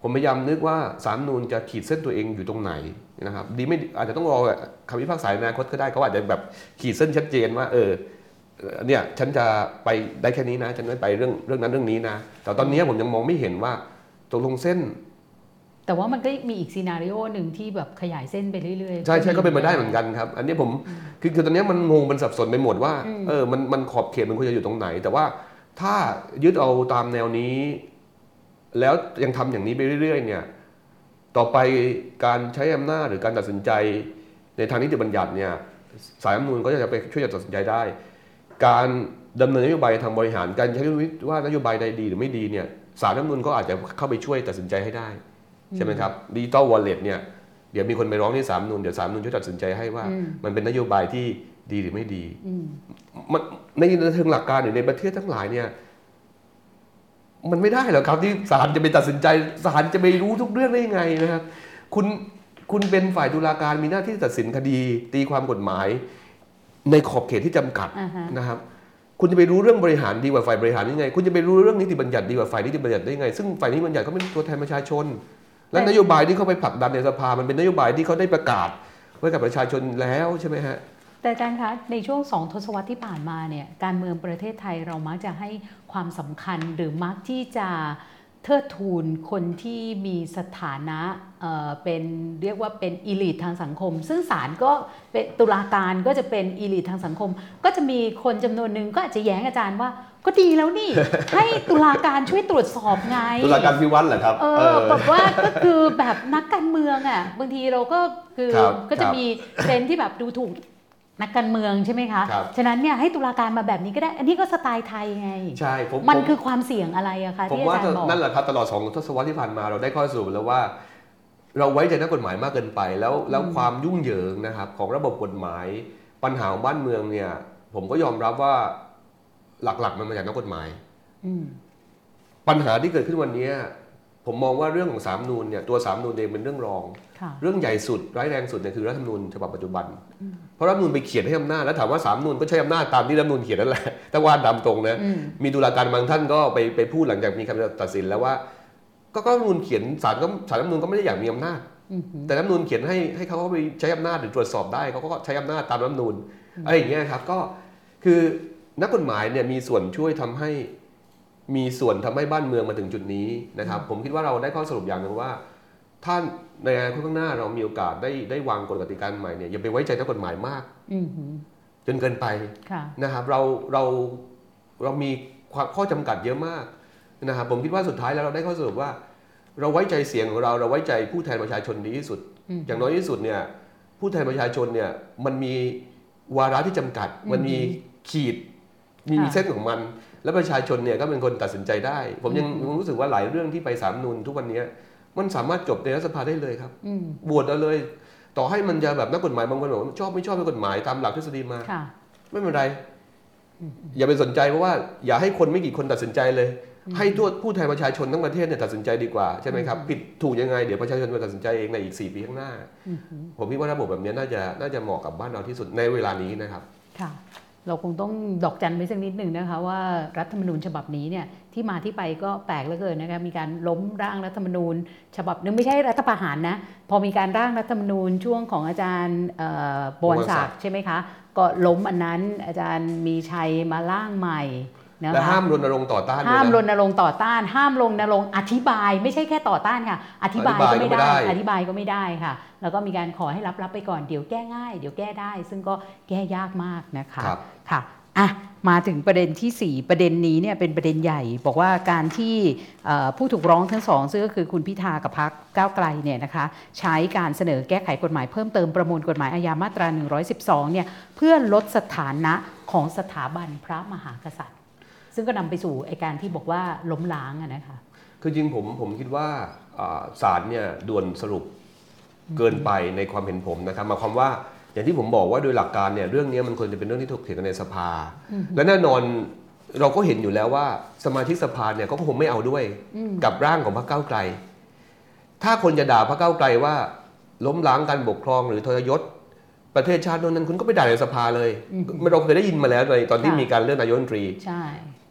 ผมพยายามนึกว่าศาลรัฐธรรมนูญจะขีดเส้นตัวเองอยู่ตรงไหนนะครับดีไม่อาจจะต้องรอคำพิพากษาในอนาคตก็ได้เขาอาจจะแบบขีดเส้นชัดเจนว่าเออเนี่ยฉันจะไปได้แค่นี้นะฉันไม่ไปเรื่องเรื่องนั้นเรื่องนี้นะแต่ตอนนี้ผมยังมองไม่เห็นว่าตกลงเส้นแต่ว่ามันก็มีอีกซีนาริโอหนึ่งที่แบบขยายเส้นไปเรื่อยๆใช่ใช่ก็เป็นไปได้เหมือนกันครับอันนี้ผมคือคือตอนนี้มันงงมันสับสนไปหมดว่าเออมันมันขอบเขตมันควรจะอยู่ตรงไหนแต่ว่าถ้ายึดเอาตามแนวนี้แล้วยังทำอย่างนี้ไปเรื่อยๆเนี่ยต่อไปการใช้อำนาจหรือการตัดสินใจในทางนิติบัญญัติเนี่ยศาลรัฐธรรมนูญก็จะไปช่วยตัดสินใจได้การดำเนินนโยบายทางบริหารการใช้ว่านโยบายใดดีหรือไม่ดีเนี่ยศาลรัฐธรรมนูญก็อาจจะเข้าไปช่วยตัดสินใจให้ได้ใช่ไหมครับดิจิตอลวอลเล็ตเนี่ยเดี๋ยวมีคนไปร้องที่ศาลรัฐธรรมนูญเดี๋ยวศาลรัฐธรรมนูญช่วยตัดสินใจให้ว่ามันเป็นนโยบายที่ดีหรือไม่ดีมันในเชิงหลักการหรือในประเทศทั้งหลายเนี่ยมันไม่ได้หรอกครับที่ศาลจะไปตัดสินใจศาลจะไปรู้ทุกเรื่องได้ยังไงนะครับคุณคุณเป็นฝ่ายตุลาการมีหน้าที่ตัดสินคดีตีความกฎหมายในขอบเขตที่จำกัด uh-huh. นะครับคุณจะไปรู้เรื่องบริหารดีกว่าฝ่ายบริหารได้ยังไงคุณจะไปรู้เรื่องนิติบัญญัติดีกว่าฝ่ายนิติบัญญัติได้ยังไงซึ่งฝ่ายนิติบัญญัติเขาเป็นตัวแทนประชาชนและนโยบายที่เขาไปผลักดันในสภามันเป็นนโยบายที่เขาได้ประกาศไว้กับประชาชนแล้วใช่ไหมฮะแต่อาจารย์คะในช่วงสองทศวรรษที่ผ่านมาเนี่ยการเมืองประเทศไทยเรามักจะให้ความสำคัญหรือมักที่จะเทิดทูนคนที่มีสถานะ เอ่อ เป็นเรียกว่าเป็นอีลิททางสังคมซึ่งศาลก็เป็นตุลาการก็จะเป็นอีลิททางสังคมก็จะมีคนจำนวนหนึ่งก็อาจจะแย้งอาจารย์ว่าก็ดีแล้วนี่ ให้ตุลาการช่วยตรวจสอบไงตุลาการพิวัตรเหรอครับเออแบบว่าก็คือแบบนักการเมืองอ่ะบางทีเราก็คือก็จะมีเซนที่แบบดูถูกนักการเมืองใช่ไหมคะฉะนั้นเนี่ยให้ตุลาการมาแบบนี้ก็ได้อันนี้ก็สไตล์ไทยไงใช่ผมมันคือความเสี่ยงอะไรอะคะที่อาจารย์บอกนั่นแหละครับตลอดสองทศวรรษที่ผ่านมาเราได้ข้อสรุปแล้วว่าเราไว้ใจนักกฎหมายมากเกินไปแล้วแล้วความยุ่งเหยิงนะครับของระบบกฎหมายปัญหาของบ้านเมืองเนี่ยผมก็ยอมรับว่าหลักๆมันมาจากนักกฎหมายปัญหาที่เกิดขึ้นวันนี้ผมมองว่าเรื่องของศาลรัฐธรรมนูญเนี่ยตัวศาลรัฐธรรมนูญเองเป็นเรื่องรองเรื่องใหญ่สุดร้ายแรงสุดเนี่ยคือรัฐธรรมนูญฉบับปัจจุบันเพราะรัฐธรรมนูญไปเขียนให้อำนาจแล้วถามว่าศาลรัฐธรรมนูญก็ใช้อำนาจตามที่รัฐธรรมนูญเขียนนั่นแหละถ้าว่าตามตรงนะมีตุลาการบางท่านก็ไปไปพูดหลังจากมีคำตัดสินแล้วว่าก็รัฐธรรมนูญเขียนศาลก็ศาลรัฐธรรมนูญก็ไม่ได้อยากมีอำนาจแต่รัฐธรรมนูญเขียนให้ให้เขาไปใช้อำนาจหรือตรวจสอบได้เขาก็ใช้อำนาจตามรัฐธรรมนูญอะไรอย่างเงี้ยครับก็คือนักกฎหมายเนี่ยมีส่วนช่วยทำให้มีส่วนทำให้บ้านเมืองมาถึงจุดนี้นะครับผมคิดว่าเราได้ข้อสรุปอย่างนึงว่าท่านในอนาคตข้างหน้าเรามีโอกาสได้ได้วางกฎกติกาใหม่เนี่ยอย่าไปไว้ใจนักกฎหมายมากจนเกินไปนะครับเราเราเรามีข้อจำกัดเยอะมากนะครับผมคิดว่าสุดท้ายแล้วเราได้ข้อสรุปว่าเราไว้ใจเสียงของเราเราไว้ใจผู้แทนประชาชนดีที่สุดอย่างน้อยที่สุดเนี่ยผู้แทนประชาชนเนี่ยมันมีวาระที่จำกัดมันมีขีดมีเส้นของมันและประชาชนเนี่ยก็เป็นคนตัดสินใจได้ผมยังรู้สึกว่าหลายเรื่องที่ไปศาลรัฐธรรมนูญทุกวันนี้มันสามารถจบในรัฐสภาได้เลยครับบวชเอาเลยต่อให้มันจะแบบนักกฎหมายบางคนบอกชอบไม่ชอบนักกฎหมายตามหลักทฤษฎีมาไม่เป็นไรอย่าไปสนใจเพราะว่าอย่าให้คนไม่กี่คนตัดสินใจเลยให้ตัวผู้แทนประชาชนทั้งประเทศเนี่ยตัดสินใจดีกว่าใช่ไหมครับผิดถูกยังไงเดี๋ยวประชาชนจะตัดสินใจเองในอีกสี่ปีข้างหน้าผมคิดว่าระบบแบบนี้น่าจะน่าจะเหมาะกับบ้านเราที่สุดในเวลานี้นะครับค่ะเราคงต้องดอกจันไว้สักนิดหนึ่งนะคะว่ารัฐธรรมนูญฉบับนี้เนี่ยที่มาที่ไปก็แปลกเหลือเกินนะคะมีการล้มร่างรัฐธรรมนูญฉบับนึงไม่ใช่รัฐประหารนะพอมีการร่างรัฐธรรมนูญช่วงของอาจารย์บวรศักดิ์ใช่ไหมคะก็ล้มอันนั้นอาจารย์มีชัยมาร่างใหม่และห้ามรณรงค์ต่อต้านห้ามรณรงค์ต่อต้านห้ามรณรงค์อธิบายไม่ใช่แค่ต่อต้านค่ะอธิบายก็ไม่ได้อธิบายก็ไม่ได้ค่ะแล้วก็มีการขอให้รับรับไปก่อนเดี๋ยวแก้ง่ายเดี๋ยวแก้ได้ซึ่งก็แก้ยากมากนะคะค่ะอ่ะมาถึงประเด็นที่สี่ประเด็นนี้เนี่ยเป็นประเด็นใหญ่บอกว่าการที่ผู้ถูกร้องทั้งสองซึ่งก็คือคุณพิธากับพรรคก้าวไกลเนี่ยนะคะใช้การเสนอแก้ไขกฎหมายเพิ่มเติมประมวลกฎหมายอาญามาตราหนึ่งร้อยสิบสองเนี่ยเพื่อลดสถานะของสถาบันพระมหากษัตริย์ซึ่งก็นำไปสู่ไอ้การที่บอกว่าล้มล้างอะนะคะคือจริงผมผมคิดว่าศาลเนี่ยด่วนสรุปเกินไปในความเห็นผมนะครับหมายความว่าอย่างที่ผมบอกว่าโดยหลักการเนี่ยเรื่องนี้มันควรจะเป็นเรื่องที่ถกเถียงกันในสภาและแน่นอนเราก็เห็นอยู่แล้วว่าสมาชิกสภาเนี่ยก็คงไม่เอาด้วยกับร่างของพรรคก้าวไกลถ้าคนจะด่าพรรคก้าวไกลว่าล้มล้างการปกครองหรือทรยศประเทศชาตินั้นคุณก็ไปด่าในสภาเลยเราเคยได้ยินมาแล้วในตอนที่มีการเลือกนายกรัฐมนตรี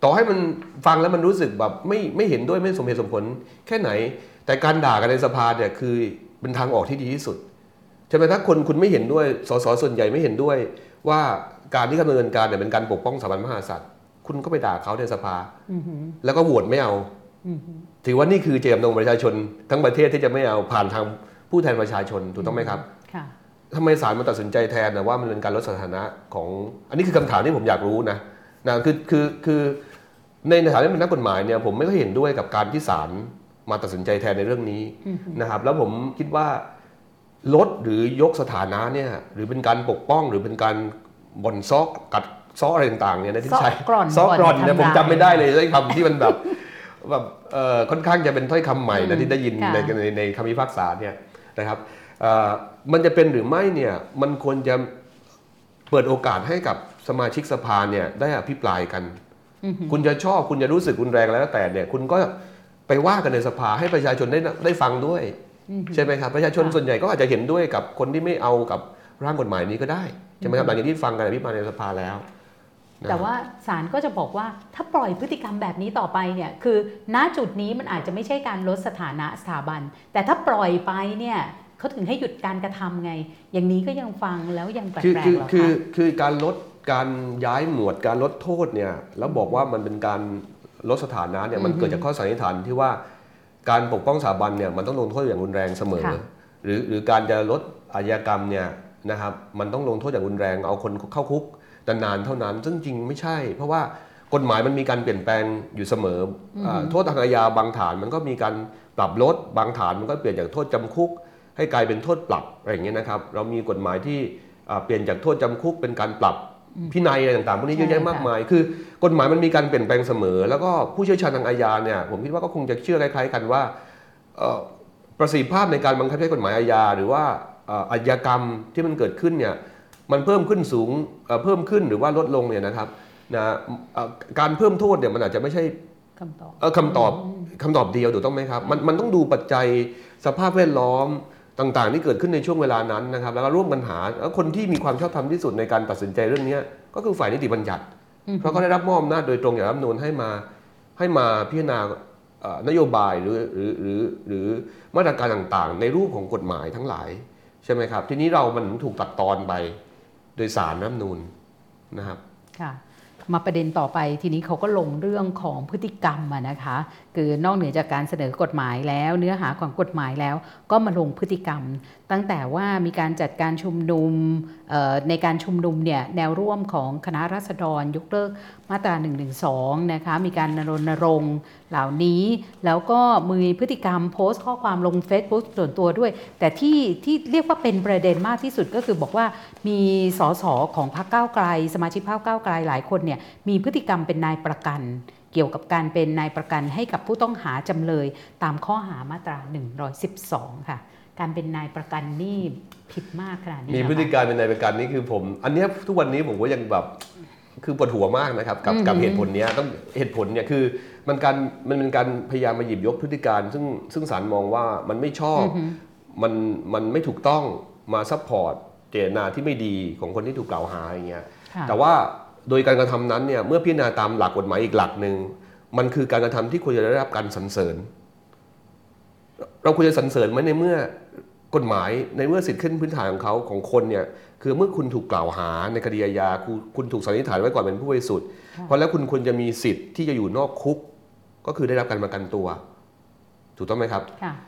ต่อให้มันฟังแล้วมันรู้สึกแบบไม่ไม่เห็นด้วยไม่สมเหตุสมผลแค่ไหนแต่การด่ากันในสภาเนี่ยคือเป็นทางออกที่ดีที่สุดใช่ไหมถ้าคนคุณไม่เห็นด้วยสสส่วนใหญ่ไม่เห็นด้วยว่าการที่ดำเนินการเนี่ยเป็นการปกป้องสถาบันพระมหากษัตริย์คุณก็ไปด่าเขาในสภาแล้วก็โหวตไม่เอาถือว่านี่คือเจตจำนงประชาชนทั้งประเทศที่จะไม่เอาผ่านทางผู้แทนประชาชนถูกต้องไหมครับทำไมศาลมันตัดสินใจแทนนะว่ามันเป็นการลดสถานะของอันนี้คือคำถามที่ผมอยากรู้นะนะคือคือคือในฐานะเป็นนักกฎหมายเนี่ยผมไม่ค่อยเห็นด้วยกับการที่ศาลมาตัดสินใจแทนในเรื่องนี้นะครับแล้วผมคิดว่าลดหรือยกสถานะเนี่ยหรือเป็นการปกป้องหรือเป็นการบ่อนซอกกัดซอกอะไรต่างๆเนี่ยนะที่ใช้ซอกกร่อนเนี่ยผมจำไม่ได้เลยใช้คำที่มันแบบแบบค่อนข้างจะเป็นถ้อยคำใหม่นะที่ได้ยินในในในคำพิพากษาเนี่ยนะครับมันจะเป็นหรือไม่เนี่ยมันควรจะเปิดโอกาสให้กับสมาชิกสภาเนี่ยได้อภิปรายกันคุณจะชอบคุณจะรู้สึกรุนแรงแล้วแต่เนี่ยคุณก็ไปว่ากันในสภาให้ประชาชนได้ได้ฟังด้วยใช่ไหมครับประชาชนส่วนใหญ่ก็อาจจะเห็นด้วยกับคนที่ไม่เอากับร่างกฎหมายนี้ก็ได้ใช่ไหมครับหลังจากที่ฟังกันอภิปรายในสภาแล้วแต่ว่าศาลก็จะบอกว่าถ้าปล่อยพฤติกรรมแบบนี้ต่อไปเนี่ยคือณจุดนี้มันอาจจะไม่ใช่การลดสถานะสถาบันแต่ถ้าปล่อยไปเนี่ยเขาถึงให้หยุดการกระทำไงอย่างนี้ก็ยังฟังแล้วยังแปลกๆหรอคะคือคือการลดการย้ายหมวดการลดโทษเนี่ยแล้วบอกว่ามันเป็นการลดสถานะเนี่ยมันเกิดจากข้อสันนิษฐานที่ว่าการปกป้องสถาบันเนี่ยมันต้องลงโทษอย่างรุนแรงเสมอหรือหรือการจะลดอาชญากรรมเนี่ยนะครับมันต้องลงโทษอย่างรุนแรงเอาคนเข้าคุกนานๆเท่านั้นซึ่งจริงไม่ใช่เพราะว่ากฎหมายมันมีการเปลี่ยนแปลงอยู่เสมอโทษทางอาญาบางฐานมันก็มีการปรับลดบางฐานมันก็เปลี่ยนจากโทษจำคุกให้กลายเป็นโทษปรับอะไรอย่างเงี้ยนะครับเรามีกฎหมายที่เปลี่ยนจากโทษจำคุกเป็นการปรับพินัยอะไรต่างๆพวกนี้เยอะแยะมากมายคือกฎหมายมันมีการเปลี่ยนแปลงเสมอแล้วก็ผู้เชี่ยวชาญทางอาญาเนี่ยผมคิดว่าก็คงจะเชื่อคล้ายๆกันว่าประสิทธิภาพในการบังคับใช้กฎหมายอาญาหรือว่าอาชญากรรมที่มันเกิดขึ้นเนี่ยมันเพิ่มขึ้นสูงเพิ่มขึ้นหรือว่าลดลงเนี่ยนะครับนะการเพิ่มโทษเนี่ยมันอาจจะไม่ใช่คำตอบคำตอบคำตอบเดียวถูกต้องไหมครับมันมันต้องดูปัจจัยสภาพแวดล้อมต่างๆที่เกิดขึ้นในช่วงเวลานั้นนะครับแล้วก็ร่วมกันหาแล้วคนที่มีความชอบธรรมที่สุดในการตัดสินใจเรื่องนี้ก็คือฝ่ายนิติบัญญัติเพราะเขาได้รับมอบอำนาจโดยตรงจากรัฐธรรมนูญให้มาให้มาพิจารณานโยบายหรือหรือหรือหรือมาตรการต่างๆในรูปของกฎหมายทั้งหลายใช่ไหมครับทีนี้เรามันถูกตัดตอนไปโดยศาลรัฐธรรมนูญนะครับค่ะมาประเด็นต่อไปทีนี้เขาก็ลงเรื่องของพฤติกรรมนะคะคือนอกเหนือจากการเสนอกฎหมายแล้วเนื้อหาของกฎหมายแล้วก็มาลงพฤติกรรมตั้งแต่ว่ามีการจัดการชุมนุมในการชุมนุมเนี่ยแนวร่วมของคณะราษฎรยกเลิกมาตราหนึ่งหนึ่งสองนะคะมีการรณรงค์เหล่านี้แล้วก็มีพฤติกรรมโพสต์ข้อความลง Facebook ส่วนตัวด้วยแต่ที่ที่เรียกว่าเป็นประเด็นมากที่สุดก็คือบอกว่ามีสสของพรรคก้าวไกลสมาชิกพรรคก้าวไกลหลายคนเนี่ยมีพฤติกรรมเป็นนายประกันเกี่ยวกับการเป็นนายประกันให้กับผู้ต้องหาจำเลยตามข้อหามาตราหนึ่งร้อยสิบสองค่ะการเป็นนายประกันนี่ผิดมากขนาดนี้มีพฤติการเป็นนายประกันนี่คือผมอันนี้ทุกวันนี้ผมก็ยังแบบคือปวดหัวมากนะครับกับกับเหตุผลนี้ต้องเหตุผลเนี่ยคือมันการมันเป็นการพยายามมาหยิบยกพฤติการซึ่งซึ่งศาลมองว่ามันไม่ชอบมันมันไม่ถูกต้องมาซัพพอร์ตเจตนาที่ไม่ดีของคนที่ถูกกล่าวหาอย่างเงี้ยแต่ว่าโดยการกระทำนั้นเนี่ยเมื่อพิจารณาตามหลักกฎหมายอีกหลักหนึ่งมันคือการกระทำที่ควรจะได้รับการสรรเสริญเราควรจะสรรเสริญไหมในเมื่อกฎหมายในเมื่อสิทธิขั้นพื้นฐานของเขาของคนเนี่ยคือเมื่อคุณถูกกล่าวหาในคดีอาญาคุณคุณถูกสันนิษฐานไว้ก่อนเป็นผู้บริสุทธิ์เพราะแล้วคุณควรจะมีสิทธิ์ที่จะอยู่นอกคุกก็คือได้รับการประกันตัวถูกต้องไหมครับ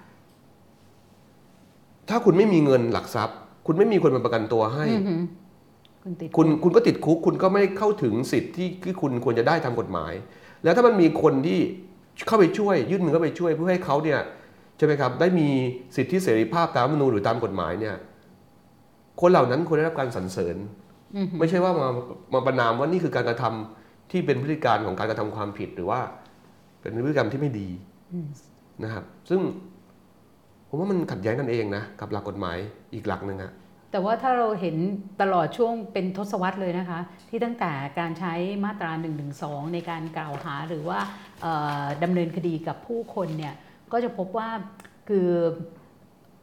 ถ้าคุณไม่มีเงินหลักทรัพย์คุณไม่มีคนมาประกันตัวให้คุณคุณก็ติดคุกคุณก็ไม่เข้าถึงสิทธิ์ที่ที่คุณควรจะได้ตามกฎหมายแล้วถ้ามันมีคนที่เข้าไปช่วยยื่นมือเข้าไปช่วยเพื่อให้เขาเนี่ยใช่ไหมครับได้มีสิทธิเสรีภาพตามรัฐธรรมนูญหรือตามกฎหมายเนี่ยคนเหล่านั้นควรได้รับการสรรเสริญไม่ใช่ว่ามามาประณามว่านี่คือการกระทำที่เป็นพฤติการของการกระทำความผิดหรือว่าเป็นพฤติกรรมที่ไม่ดีนะครับซึ่งผมว่ามันขัดแย้งกันเองนะกับหลักกฎหมายอีกหลักหนึ่งอะแต่ว่าถ้าเราเห็นตลอดช่วงเป็นทศวรรษเลยนะคะที่ตั้งแต่การใช้มาตราหนึ่งหนึ่งสองในการกล่าวหาหรือว่าดำเนินคดีกับผู้คนเนี่ยก็จะพบว่าคือ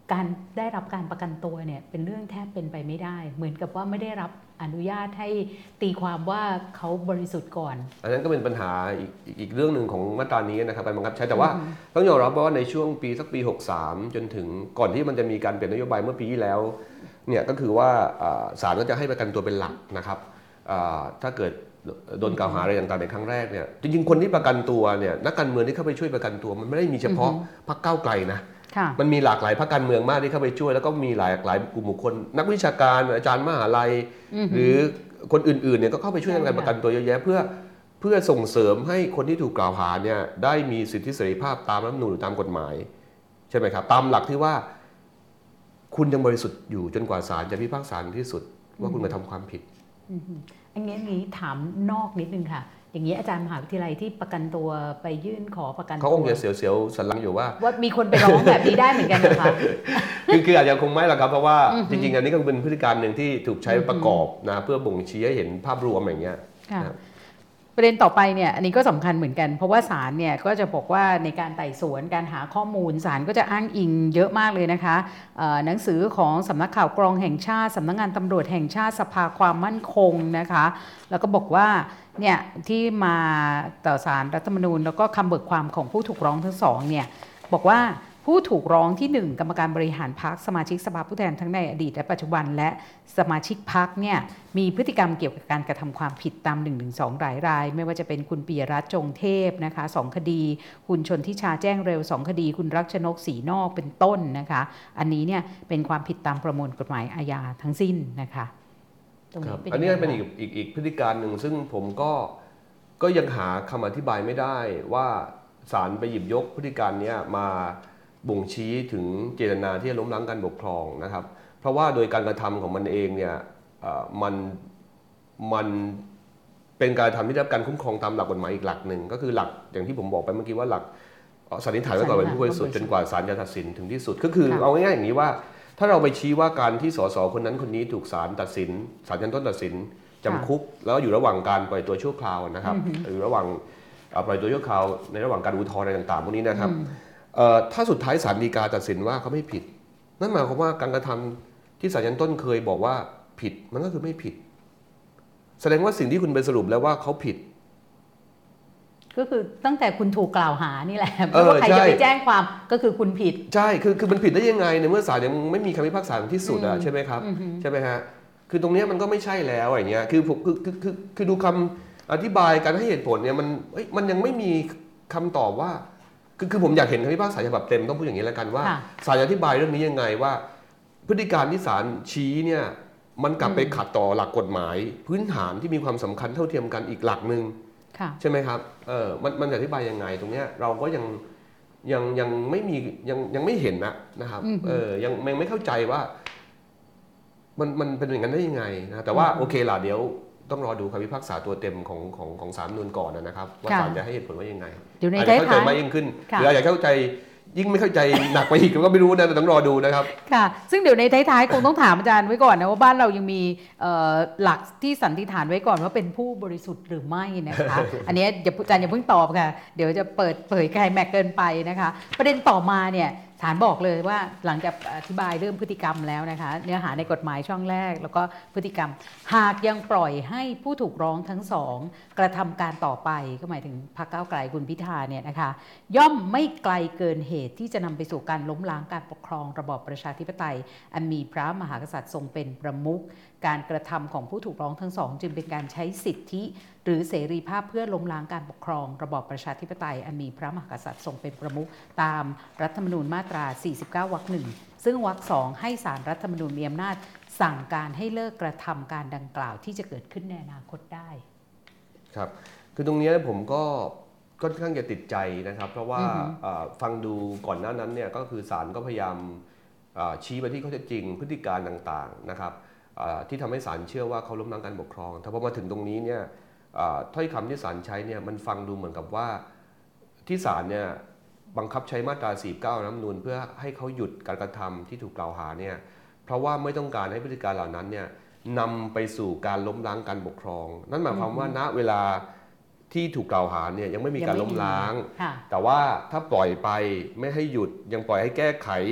การได้รับการประกันตัวเนี่ยเป็นเรื่องแทบเป็นไปไม่ได้เหมือนกับว่าไม่ได้รับอนุญาตให้ตีความว่าเขาบริสุทธิ์ก่อนอันนั้นก็เป็นปัญหาอีกอีกเรื่องหนึ่งของมาตรานี้นะครับการบังคับใช้แต่ว่าต้องยอมรับว่าในช่วงปีสักปีหกสามจนถึงก่อนที่มันจะมีการเปลี่ยนนโยบายเมื่อปีที่แล้วเนี่ยก็คือว่าศาลก็จะให้ประกันตัวเป็นหลักนะครับถ้าเกิดโดนกล่าวหาอะไรต่างๆในครั้งแรกเนี่ยจริงๆคนที่ประกันตัวเนี่ยนักการเมืองที่เข้าไปช่วยประกันตัวมันไม่ได้มีเฉพาะพรรคก้าวไกลนะมันมีหลากหลายพรรคการเมืองมากที่เข้าไปช่วยแล้วก็มีหลายหลายกลุ่มบุคคลนักวิชาการอาจารย์มหาลัยหรือคนอื่นๆเนี่ยก็เข้าไปช่วยในการประกันตัวเยอะแยะเพื่อเพื่อส่งเสริมให้คนที่ถูกกล่าวหาเนี่ยได้มีสิทธิเสรีภาพตามรัฐธรรมนูญหรือตามกฎหมายใช่ไหมครับตามหลักที่ว่าคุณยังบริสุทธิ์อยู่จนกว่าศาลจะพิพากษาที่สุดว่าคุณกระทำความผิดอันนี้นี้ถามนอกนิดนึงค่ะอย่างนี้อาจารย์มหาวิทยาลัยที่ประกันตัวไปยื่นขอประกันตัวเขาคงจะเสียวๆสันหลังอยู่ว่าว่ามีคนไปร้องแบบนี้ได้เหมือนกันนะคะคือคืออาจจะคงไม่หรอกครับเพราะว่าจริงๆอันนี้ก็เป็นพฤติการหนึ่งที่ถูกใช้ประกอบนะเพื่อบ่งชี้ให้เห็นภาพรวมอย่างเงี้ยประเด็นต่อไปเนี่ยอันนี้ก็สำคัญเหมือนกันเพราะว่าศาลเนี่ยก็จะบอกว่าในการไต่สวนการหาข้อมูลศาลก็จะอ้างอิงเยอะมากเลยนะคะหนังสือของสำนักข่าวกรองแห่งชาติสำนักงานตำรวจแห่งชาติสภาความมั่นคงนะคะแล้วก็บอกว่าเนี่ยที่มาต่อศาลรัฐธรรมนูญแล้วก็คำเบิกความของผู้ถูกร้องทั้งสองเนี่ยบอกว่าผู้ถูกร้องที่หนึ่งกรรมการบริหารพรรคสมาชิกสภาผู้แทนทั้งในอดีตและปัจจุบันและสมาชิกพรรคเนี่ยมีพฤติกรรมเกี่ยวกับการกระทำความผิดตามหนึ่งหนึ่งสองหลายรายไม่ว่าจะเป็นคุณปิยรัตน์จงเทพนะคะสองคดีคุณชนทิชาแจ้งเร็วสองคดีคุณรักชนกศรีนอกเป็นต้นนะคะอันนี้เนี่ยเป็นความผิดตามประมวลกฎหมายอาญาทั้งสิ้นนะคะอันนี้เป็นอีกอีกอีกพฤติการหนึ่งซึ่งผมก็ก็ยังหาคำอธิบายไม่ได้ว่าศาลไปหยิบยกพฤติการนี้มาบ่งชี้ถึงเจตนาที่จะล้มล้างการปกครองนะครับเพราะว่าโดยการกระทำของมันเองเนี่ยมันมันเป็นการทำที่ได้รับการคุ้มครองตามหลักกฎหมายอีกหลักหนึ่งก็คือหลักอย่างที่ผมบอกไปเมื่อกี้ว่าหลักสันนิษฐานไว้ก่อนเป็นผู้บริสุทธิ์จนกว่าศาลจะตัดสินถึงที่สุดก็คือเอาง่ายๆอย่างนี้ว่าถ้าเราไปชี้ว่าการที่สสคนนั้นคนนี้ถูกศาลตัดสินศาลชั้นต้นตัดสินจำคุกแล้วอยู่ระหว่างการปล่อยตัวชั่วคราวนะครับอยู่ระหว่างปล่อยตัวชั่วคราวในระหว่างการอุทธรณ์อะไรต่างๆพวกนี้นะครับถ้าสุดท้ายศาลฎีกาตัดสินว่าเขาไม่ผิดนั่นหมายความว่าการกระทำที่ศาลชั้นต้นเคยบอกว่าผิดมันก็คือไม่ผิดแสดงว่าสิ่งที่คุณไปสรุปแล้วว่าเขาผิดก็คือตั้งแต่คุณถูกกล่าวหานี่แหละเพราะว่าใครจะไปแจ้งความก็คือคุณผิดใช่คือคือมันผิดได้ยังไงในเมื่อศาลยังไม่มีคำพิพากษาที่สุดอ่ะใช่ไหมครับใช่ไหมฮะคือตรงนี้มันก็ไม่ใช่แล้วอย่างเงี้ยคือคือคือคือคือดูคำอธิบายการให้เหตุผลเนี่ยมันมันยังไม่มีคำตอบว่าคือคือผมอยากเห็นคำพิพากษาฉบับเต็มต้องพูดอย่างนี้แล้วกันว่าศาลอธิบายเรื่องนี้ยังไงว่าพฤติการที่ศาลชี้เนี่ยมันกลับไปขัดต่อหลักกฎหมายพื้นฐานที่มีความสำคัญเท่าเทียมกันอีกหลักนึงใช่ไหมครับเออมันมันอธิบายยังไงตรงเนี้ยเราก็ยังยังยังไม่มียังยังไม่เห็นนะนะครับเออยังยังไม่เข้าใจว่ามันมันเป็นอย่างนั้นได้ยังไงนะแต่ว่าโอเคล่ะเดี๋ยวต้องรอดูคำพิพากษาตัวเต็มของของของศาลนูนก่อนนะครับว่าศาลจะให้เหตุผลว่ายังไงอาจจะเข้าใจมากยิ่งขึ้นหรืออาจจะเข้าใจยิ่งไม่เข้าใจหนักไปอีกก็ไม่รู้นะแต่ต้องรอดูนะครับค่ะซึ่งเดี๋ยวในท้ายๆคงต้องถามอาจารย์ไว้ก่อนนะว่าบ้านเรายังมีหลักที่สันนิษฐานไว้ก่อนว่าเป็นผู้บริสุทธิ์หรือไม่นะคะ อันนี้อาจารย์อย่าเพิ่งตอบค่ะเดี๋ยวจะเปิดเผยใครแม็กเกินไปนะคะประเด็นต่อมาเนี่ยศาลบอกเลยว่าหลังจากอธิบายเรื่องพฤติกรรมแล้วนะคะเนื้อหาในกฎหมายช่องแรกแล้วก็พฤติกรรมหากยังปล่อยให้ผู้ถูกร้องทั้งสองกระทำการต่อไปก็หมายถึงพรรคก้าวไกลคุณพิธาเนี่ยนะคะย่อมไม่ไกลเกินเหตุที่จะนำไปสู่การล้มล้างการปกครองระบอบประชาธิปไตยอันมีพระมหากษัตริย์ทรงเป็นประมุขการกระทำของผู้ถูกร้องทั้งสองจึงเป็นการใช้สิทธิหรือเสรีภาพเพื่อล้มล้างการปกครองระบอบประชาธิปไตยอันมีพระมหากษัตริย์ทรงเป็นประมุขตามรัฐธรรมนูญมาตราสี่สิบเก้าวรรคหนึ่งซึ่งวรรคสองให้ศาลรัฐธรรมนูญมีอำนาจสั่งการให้เลิกกระทำการดังกล่าวที่จะเกิดขึ้นในอนาคตได้ครับคือตรงนี้ผมก็ค่อนข้างจะติดใจนะครับเพราะว่าฟังดูก่อนหน้านั้นเนี่ยก็คือศาลก็พยายามชี้ไปที่ข้อเท็จจริงพฤติการต่างๆนะครับที่ทำให้ศาลเชื่อว่าเขาล้มล้างการปกครองแต่พอมาถึงตรงนี้เนี่ยถ้อยคำที่ศาลใช้เนี่ยมันฟังดูเหมือนกับว่าที่ศาลเนี่ยบังคับใช้มาตราสี่สิบเก้ารัฐธรรมนูญเพื่อให้เขาหยุดการกระทำที่ถูกกล่าวหาเนี่ยเพราะว่าไม่ต้องการให้พฤติการเหล่านั้นเนี่ยนำไปสู่การล้มล้างการปกครองนั่นหมายความว่าณเวลาที่ถูกกล่าวหาเนี่ยยังไม่มีการล้มล้างแต่ว่าถ้าปล่อยไปไม่ให้หยุดยังปล่อยให้แก้ไข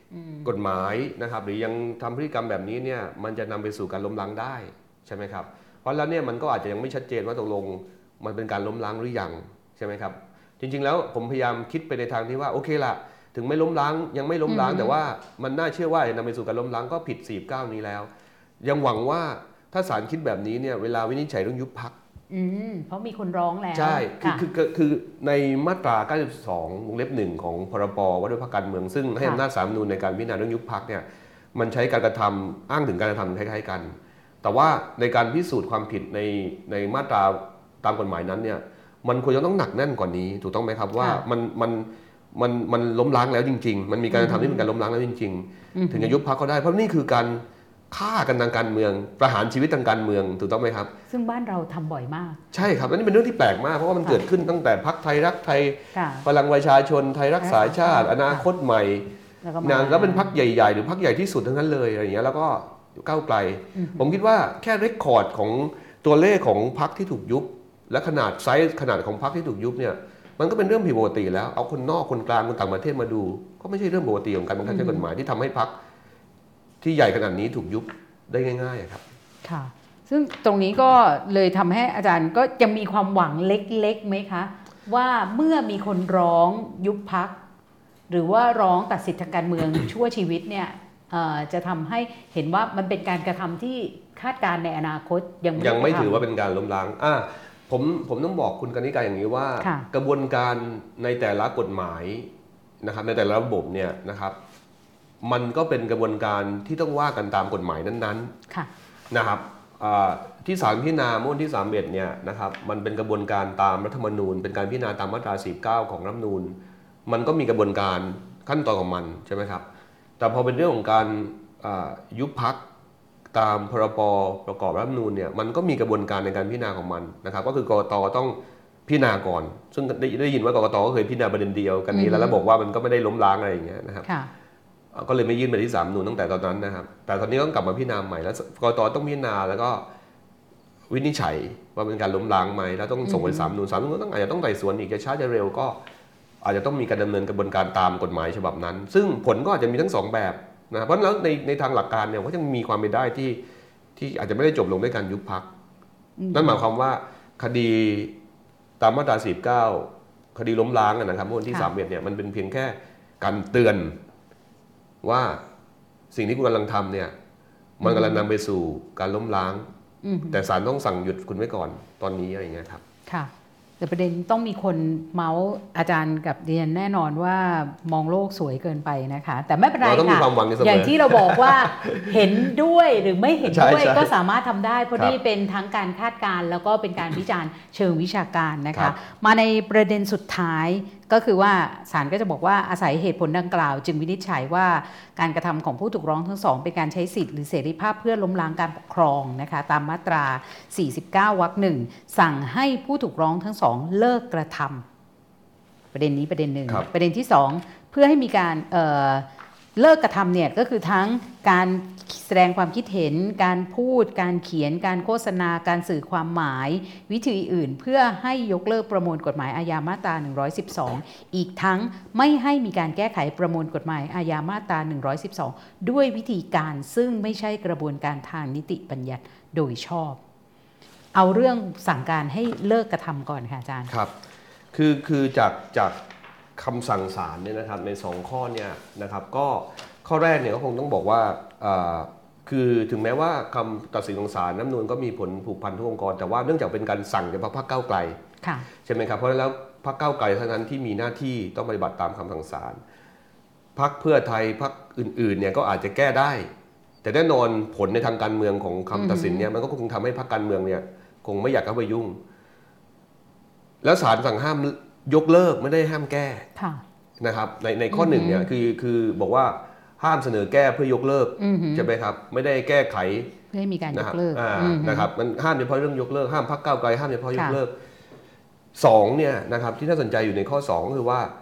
กฎหมายนะครับหรือยังทำพฤติกรรมแบบนี้เนี่ยมันจะนำไปสู่การล้มล้างได้ใช่ไหมครับเพราะแล้วเนี่ยมันก็อาจจะยังไม่ชัดเจนว่าตกลงมันเป็นการล้มล้างหรือยังใช่ไหมครับจริงๆแล้วผมพยายามคิดไปในทางที่ว่าโอเคละถึงไม่ล้มล้างยังไม่ล้มล้างแต่ว่ามันน่าเชื่อว่าจะนำไปสู่การล้มล้างก็ผิดสี่สิบเก้านี้แล้วยังหวังว่าถ้าศาลคิดแบบนี้เนี่ยเวลาวินิจฉัยเรื่องยุบพรรคอืมเพราะมีคนร้องแล้วใช่คือคือคือคือในมาตราเก้าสิบสองวงเล็บหนึ่งของพรบว่าด้วยพรรคการเมืองซึ่งให้อำนาจศาลรัฐธรรมนูญในการพิจารณาเรื่องยุบพรรคเนี่ยมันใช้การกระทำอ้างถึงการกระทำคล้ายๆกันแต่ว่าในการพิสูจน์ความผิดในในมาตราตามกฎหมายนั้นเนี่ยมันควรจะต้องหนักแน่นกว่านี้ถูกต้องไหมครับว่ามันมันมันมันล้มล้างแล้วจริงๆมันมีการกระทำที่เป็นการล้มล้างแล้วจริงๆถึงจะยุบพรรคก็ได้เพราะนี่คือการฆ่ากันทางการเมืองประหารชีวิตทางการเมืองถูกต้องไหมครับซึ่งบ้านเราทำบ่อยมากใช่ครับอันนี้เป็นเรื่องที่แปลกมากเพราะว่ามันเกิดขึ้นตั้งแต่พรรคไทยรักไทยพลังประชาชนไทยรักษาชาติอนาคตใหม่นางก็เป็นพรรคใหญ่ๆหรือพรรคใหญ่ที่สุดทั้งนั้นเลยอะไรอย่างเงี้ยแล้วก็ก้าวไกลผมคิดว่าแค่เรคคอร์ดของตัวเลขของพรรคที่ถูกยุบและขนาดไซส์ขนาดของพรรคที่ถูกยุบเนี่ยมันก็เป็นเรื่องผิดปกติแล้วเอาคนนอกคนกลางคนต่างประเทศมาดูก็ไม่ใช่เรื่องปกติของการบังคับใช้กฎหมายที่ทำให้พรรคที่ใหญ่ขนาดนี้ถูกยุบได้ง่ายๆครับค่ะซึ่งตรงนี้ก็เลยทำให้อาจารย์ก็ยังมีความหวังเล็กๆไหมคะว่าเมื่อมีคนร้องยุบพรรคหรือว่าร้องตัดสิทธิทางการเมือง ชั่วชีวิตเนี่ยจะทำให้เห็นว่ามันเป็นการกระทำที่คาดการณ์ในอนาคตยังยังไม่ถือว่าเป็นการล้มล้างอ่าผมผมต้องบอกคุณกนิกาอย่างนี้ว่ากระบวนการในแต่ละกฎหมายนะครับในแต่ละระบบเนี่ยนะครับมันก็เป็นกระบวนการที่ต้องว่ากันตามกฎหมายนั้นๆนะครับที่ศาลพิจารณาเมื่อวันที่สามสิบเอ็ดเนี่ยนะครับมันเป็นกระบวนการตามรัฐธรรมนูญเป็นการพิจารณาตามมาตราสี่สิบเก้าของรัฐธรรมนูญมันก็มีกระบวนการขั้นตอนของมันใช่ไหมครับแต่พอเป็นเรื่องของการยุบพรรคตามพรบประกอบรัฐธรรมนูญเนี่ยมันก็มีกระบวนการในการพิจารณาของมันนะครับก็คือกกต.ต้องพิจารณาก่อนซึ่งได้ได้ยินว่ากกต.ก็เคยพิจารณาประเด็นเดียวกันนี้แล้วแล้วบอกว่ามันก็ไม่ได้ล้มล้างอะไรอย่างเงี้ยนะครับก็เลยไม่ยื่นไปที่ศาลรัฐธรรมนูญตั้งแต่ตอนนั้นนะครับแต่ตอนนี้ต้องกลับมาพิจารณาใหม่แล้วกกต.ต้องพิจารณาแล้วก็วินิจฉัยว่าเป็นการล้มล้างไหมแล้วต้องส่งไปศาลรัฐธรรมนูญศาลรัฐธรรมนูญต้องอาจจะต้องไต่สวนอีกจะช้าจะเร็วก็อาจจะต้องมีการดำเนินกระบวนการตามกฎหมายฉบับนั้นซึ่งผลก็อาจจะมีทั้งสองแบบนะเพราะแล้วในในทางหลักการเนี่ยก็ยังมีความเป็นได้ที่ที่อาจจะไม่ได้จบลงด้วยการยุบพรรคนั่นหมายความว่าคดีตามมาตราสี่สิบเก้าคดีล้มล้างนะครับเมื่อวันที่สามสิบเอ็ดเนี่ยมันเป็นเพียงแค่การเตือนว่าสิ่งที่คุณกำลังทำเนี่ยมันกำลังนำไปสู่การล้มล้างแต่ศาลต้องสั่งหยุดคุณไว้ก่อนตอนนี้อะไรอย่างเงี้ยครับค่ะแต่ประเด็นต้องมีคนเมาส์อาจารย์กับเดียนแน่นอนว่ามองโลกสวยเกินไปนะคะแต่ไม่เป็นไรค่ะอย่างที่เราบอกว่าเห็นด้วยหรือไม่เห็นด้วยก็สามารถทำได้เพราะนี่เป็นทั้งการคาดการณ์แล้วก็เป็นการวิจารณ์เชิงวิชาการนะคะมาในประเด็นสุดท้ายก็คือว่าศาลก็จะบอกว่าอาศัยเหตุผลดังกล่าวจึงวินิจฉัยว่าการกระทำของผู้ถูกร้องทั้งสองเป็นการใช้สิทธิหรือเสรีภาพเพื่อล้มล้างการปกครองนะคะตามมาตราสี่สิบเก้าวรรคหนึ่งสั่งให้ผู้ถูกร้องทั้งสองเลิกกระทำประเด็นนี้ประเด็นหนึ่งประเด็นที่สองเพื่อให้มีการเอ่อเลิกกระทำเนี่ยก็คือทั้งการแสดงความคิดเห็นการพูดการเขียนการโฆษณาการสื่อความหมายวิธีอื่นเพื่อให้ยกเลิกประมวลกฎหมายอาญามาตราหนึ่งร้อยสิบสองอีกทั้งไม่ให้มีการแก้ไขประมวลกฎหมายอาญามาตราหนึ่งร้อยสิบสองด้วยวิธีการซึ่งไม่ใช่กระบวนการทางนิติบัญญัติโดยชอบเอาเรื่องสั่งการให้เลิกกระทำก่อนค่ะอาจารย์ครับคือคือจากจากคำสั่งศาลเนี่ยนะครับในสองข้อเนี่ยนะครับก็ข้อแรกเนี่ยก็คงต้องบอกว่าคือถึงแม้ว่าคำตัดสินของศาลรัฐธรรมนูญก็มีผลผูกพันทุกองค์กรแต่ว่าเนื่องจากเป็นการสั่งเฉพาะพรรคก้าวไกลใช่ไหมครับเพราะฉะนั้นแล้วพรรคก้าวไกลเท่านั้นที่มีหน้าที่ต้องปฏิบัติตามคำสั่งศาลพรรคเพื่อไทยพรรคอื่นๆเนี่ยก็อาจจะแก้ได้แต่แน่นอนผลในทางการเมืองของคำตัดสินเนี่ยมันก็คงทำให้พรรคการเมืองเนี่ยคงไม่อยากเข้าไปยุ่งแล้วศาลสั่งห้ามยกเลิกไม่ได้ห้ามแก้นะครับในในข้อหนึ่งเนี่ยคือคือบอกว่าห้ามเสนอแก้เพื่อยกเลิกใช่ไหมครับไม่ได้แก้ไขไม่มีการยกเลิกนะครับมันห้ามเฉพาะเรื่องยกเลิกห้ามพรรคก้าวไกลห้ามเฉพาะยกเลิกสองเนี่ยนะครับที่น่าสนใจอยู่ในข้อสองคือว่า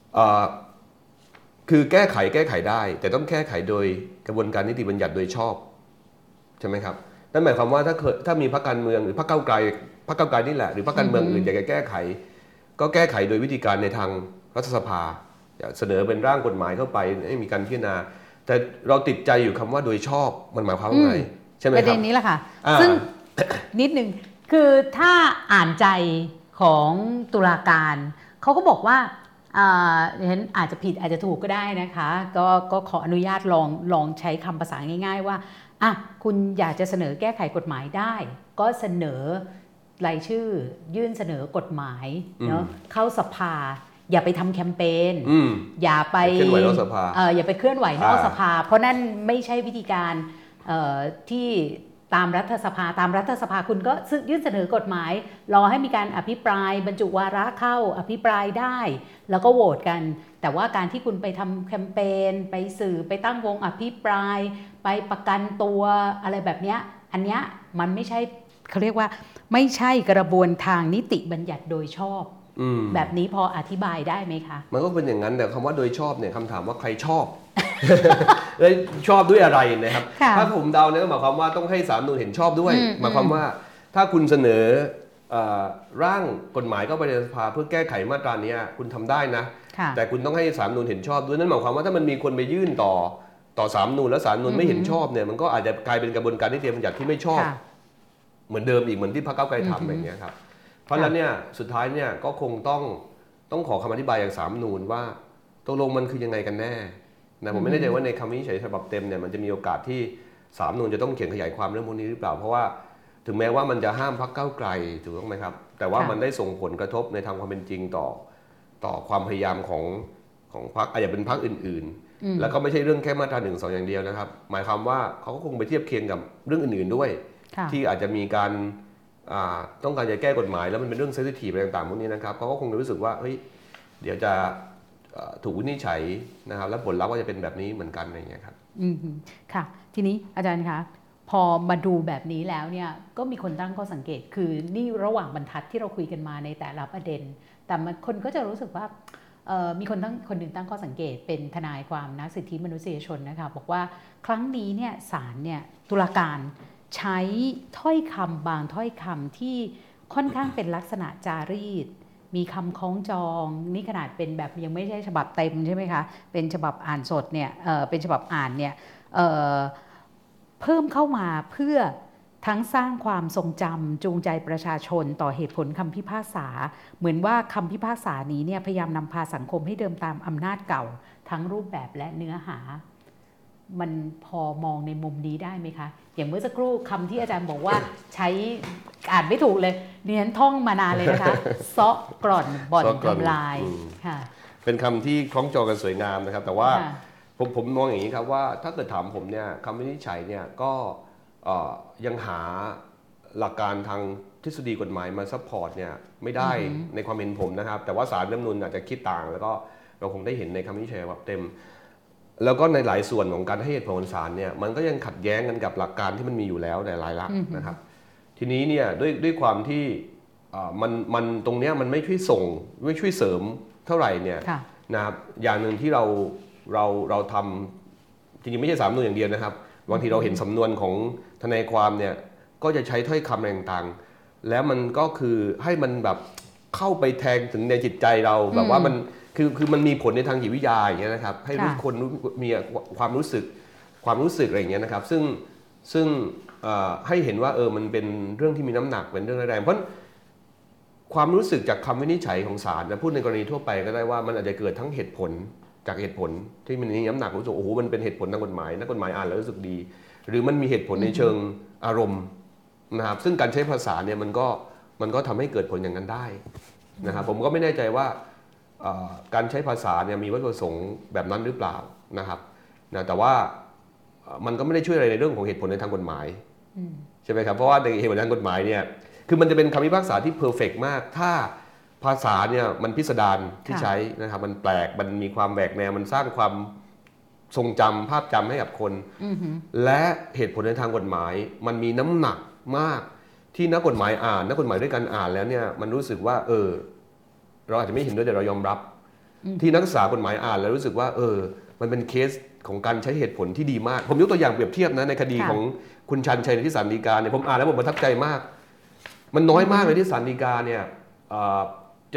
คือแก้ไขแก้ไขได้แต่ต้องแก้ไขโดยกระบวนการนิติบัญญัติโดยชอบใช่ไหมครับนั่นหมายความว่าถ้าเกิดถ้ามีพรรคการเมืองหรือพรรคก้าวไกลพรรคก้าวไกลนี่แหละหรือพรรคการเมืองอื่นอยากจะแก้ไขก็แก้ไขโดยวิธีการในทางรัฐสภาเสนอเป็นร่างกฎหมายเข้าไปให้มีการพิจารณาแต่เราติดใจอยู่คำว่าโดยชอบมันหมายความว่าไงใช่ไหมครับประเด็นนี้แหละค่ะซึ่ง นิดนึงคือถ้าอ่านใจของตุลาการเขาก็บอกว่าเห็นอาจจะผิดอาจจะถูกก็ได้นะคะก็ก็ขออนุญาตลองลองใช้คำภาษาง่ายๆว่าอ่ะคุณอยากจะเสนอแก้ไขกฎหมายได้ก็เสนอรายชื่อยื่นเสนอกฎหมายเนาะเข้าสภาอย่าไปทำแคมเปญอย่าไปเคลื่อนไหวนอกสภาเอออย่าไปเคลื่อนไหวนอกสภาเพราะนั่นไม่ใช่วิธีการที่ตามรัฐสภาตามรัฐสภาคุณก็ยื่นเสนอกฎหมายรอให้มีการอภิปรายบรรจุวาระเข้าอภิปรายได้แล้วก็โหวตกันแต่ว่าการที่คุณไปทำแคมเปญไปสื่อไปตั้งวงอภิปรายไปประกันตัวอะไรแบบนี้อันเนี้ยมันไม่ใช่เขาเรียกว่าไม่ใช่กระบวนทางนิติบัญญัติโดยชอบแบบนี้พออธิบายได้ไหมคะมันก็เป็นอย่างนั้นแต่คำว่าโดยชอบเนี่ยคำถามว่าใครชอบ เลยชอบด้วยอะไรนะครับถ้าผมเดาเนี่ยก็หมายความว่าต้องให้ศาลรัฐธรรมนูญเห็นชอบด้วยหมายความว่าถ้าคุณเสนอร่างกฎหมายเข้าไปในสภาเพื่อแก้ไขมาตรานี้คุณทำได้นะแต่คุณต้องให้ศาลรัฐธรรมนูญเห็นชอบด้วยนั่นหมายความว่าถ้ามันมีคนไปยื่นต่อต่อศาลรัฐธรรมนูญแล้วศาลรัฐธรรมนูญไม่เห็นชอบเนี่ยมันก็อาจจะกลายเป็นกระบวนการนิติบัญญัติที่ไม่ชอบเหมือนเดิมอีกเหมือนที่พรรคก้าวไกลทำอย่างเงี้ยครับเพราะฉะนั้นเนี่ยสุดท้ายเนี่ยก็คงต้องต้องขอคำอธิบายจากศาลรัฐธรรมนูญว่าตกลงมันคือยังไงกันแน่นะผมไม่แน่ใจว่าในคำวินิจฉัยฉบับเต็มเนี่ยมันจะมีโอกาสที่ศาลรัฐธรรมนูญจะต้องเขียนขยายความเรื่องพวกนี้หรือเปล่าเพราะว่าถึงแม้ว่ามันจะห้ามพรรคก้าวไกลถูกต้องไหมครับแต่ว่ามันได้ส่งผลกระทบในทางความเป็นจริงต่อต่อความพยายามของของพรรคอาจจะเป็นพรรคอื่นๆแล้วก็ไม่ใช่เรื่องแค่มาตราหนึ่งสองอย่างเดียวนะครับหมายความว่าเขาก็คงไปเทียบเคียงกับเรื่องอื่นๆด้วยที่อาจจะมีการต้องการจะแก้กฎหมายแล้วมันเป็นเรื่องเซนซิทีฟอะไรต่างๆพวกนี้นะครับเขาก็คงรู้สึกว่าเฮ้ยเดี๋ยวจะถูกวินิจฉัยนะครับและผลลัพธ์ก็จะเป็นแบบนี้เหมือนกันอะไรอย่างเงี้ยครับอืมค่ะทีนี้อาจารย์คะพอมาดูแบบนี้แล้วเนี่ยก็มีคนตั้งข้อสังเกตคือนี่ระหว่างบรรทัดที่เราคุยกันมาในแต่ละประเด็นแต่คนก็จะรู้สึกว่ามีคนตั้งคนหนึ่งตั้งข้อสังเกตเป็นทนายความนักสิทธิมนุษยชนนะคะบอกว่าครั้งนี้เนี่ยศาลเนี่ยตุลาการใช้ถ้อยคำบางถ้อยคำที่ค่อนข้างเป็นลักษณะจารีตมีคำคล้องจองนี่ขนาดเป็นแบบยังไม่ใช่ฉบับเต็มใช่ไหมคะเป็นฉบับอ่านสดเนี่ย เอ่อ เป็นฉบับอ่านเนี่ย เอ่อ เพิ่มเข้ามาเพื่อทั้งสร้างความทรงจำจูงใจประชาชนต่อเหตุผลคำพิพากษาเหมือนว่าคำพิพากษานี้เนี่ยพยายามนำพาสังคมให้เดิมตามอำนาจเก่าทั้งรูปแบบและเนื้อหามันพอมองในมุมนี้ได้ไหมคะอย่างเมื่อสักครู่คำที่อาจารย์บอกว่าใช้อ่านไม่ถูกเลยเรียนท่องมานานเลยนะคะเซาะกร่อนบ่อนทำลายค่ะเป็นคำที่คล้องจองกันสวยงามนะครับแต่ว่าผมผมมองอย่างนี้ครับว่าถ้าเกิดถามผมเนี่ยคำวินิจฉัยเนี่ยก็ยังหาหลักการทางทฤษฎีกฎหมายมาซัพพอร์ตเนี่ยไม่ได้ในความเห็นผมนะครับแต่ว่าศาลรัฐธรรมนูญอาจจะคิดต่างแล้วก็เราคงได้เห็นในคำวินิจฉัยแบบเต็มแล้วก็ในหลายส่วนของการให้เหตุผลศาลเนี่ยมันก็ยังขัดแย้งกันกับหลักการที่มันมีอยู่แล้วในหลายหลักนะครับทีนี้เนี่ยด้วยด้วยความที่มันมันตรงเนี้ยมันไม่ช่วยส่งไม่ช่วยเสริมเท่าไหร่เนี่ยนะครับอย่างหนึ่งที่เราเราเราทำจริงๆไม่ใช่สำนวนอย่างเดียวนะครับบางทีเราเห็นสำนวนของทนายความเนี่ยก็จะใช้ถ้อยคำต่างๆแล้วมันก็คือให้มันแบบเข้าไปแทงถึงในจิตใจเราแบบว่ามันคือคือมันมีผลในทางจิตวิทยาอย่างเงี้ยนะครับให้ทุกคนมีความรู้สึกความรู้สึกอะไรอย่างเงี้ยนะครับซึ่งซึ่งให้เห็นว่าเออมันเป็นเรื่องที่มีน้ำหนักเป็นเรื่องแรงเพราะความรู้สึกจากคำวินิจฉัยของศาลนะพูดในกรณีทั่วไปก็ได้ว่ามันอาจจะเกิดทั้งเหตุผลจากเหตุผลที่มันมีน้ำหนักรู้สึกโอ้โหมันเป็นเหตุผลทางกฎหมายนักกฎหมายอ่านแล้วรู้สึกดีหรือมันมีเหตุผลในเชิงอารมณ์นะครับซึ่งการใช้ภาษาเนี่ยมันก็มันก็ทำให้เกิดผลอย่างนั้นได้นะครับผมก็ไม่แน่ใจว่าการใช้ภาษาเนี่ยมีวัตถุประสงค์แบบนั้นหรือเปล่านะครับนะแต่ว่ามันก็ไม่ได้ช่วยอะไรในเรื่องของเหตุผลในทางกฎหมายใช่ไหมครับเพราะว่าในเหตุผลทางกฎหมายเนี่ยคือมันจะเป็นคำพิพากษาที่เพอร์เฟกต์มากถ้าภาษาเนี่ยมันพิสดารที่ใช้นะครับมันแปลกมันมีความแหวกแนวมันสร้างความทรงจำภาพจำให้กับคนและเหตุผลในทางกฎหมายมันมีน้ำหนักมากที่นักกฎหมายอ่านนักกฎหมายด้วยกันอ่านแล้วเนี่ยมันรู้สึกว่าเออเราอาจจะไม่เห็นด้วยแต่เรายอมรับที่นักศึกษากฎหมายอ่านแล้วรู้สึกว่าเออมันเป็นเคสของการใช้เหตุผลที่ดีมากผมยกตัวอย่างเปรียบเทียบนะในคดีของคุณชันชัยในที่ศาลฎีกาเนี่ยผมอ่านแล้วผมประทับใจมากมันน้อยมากเลยที่ศาลฎีกาเนี่ยจะ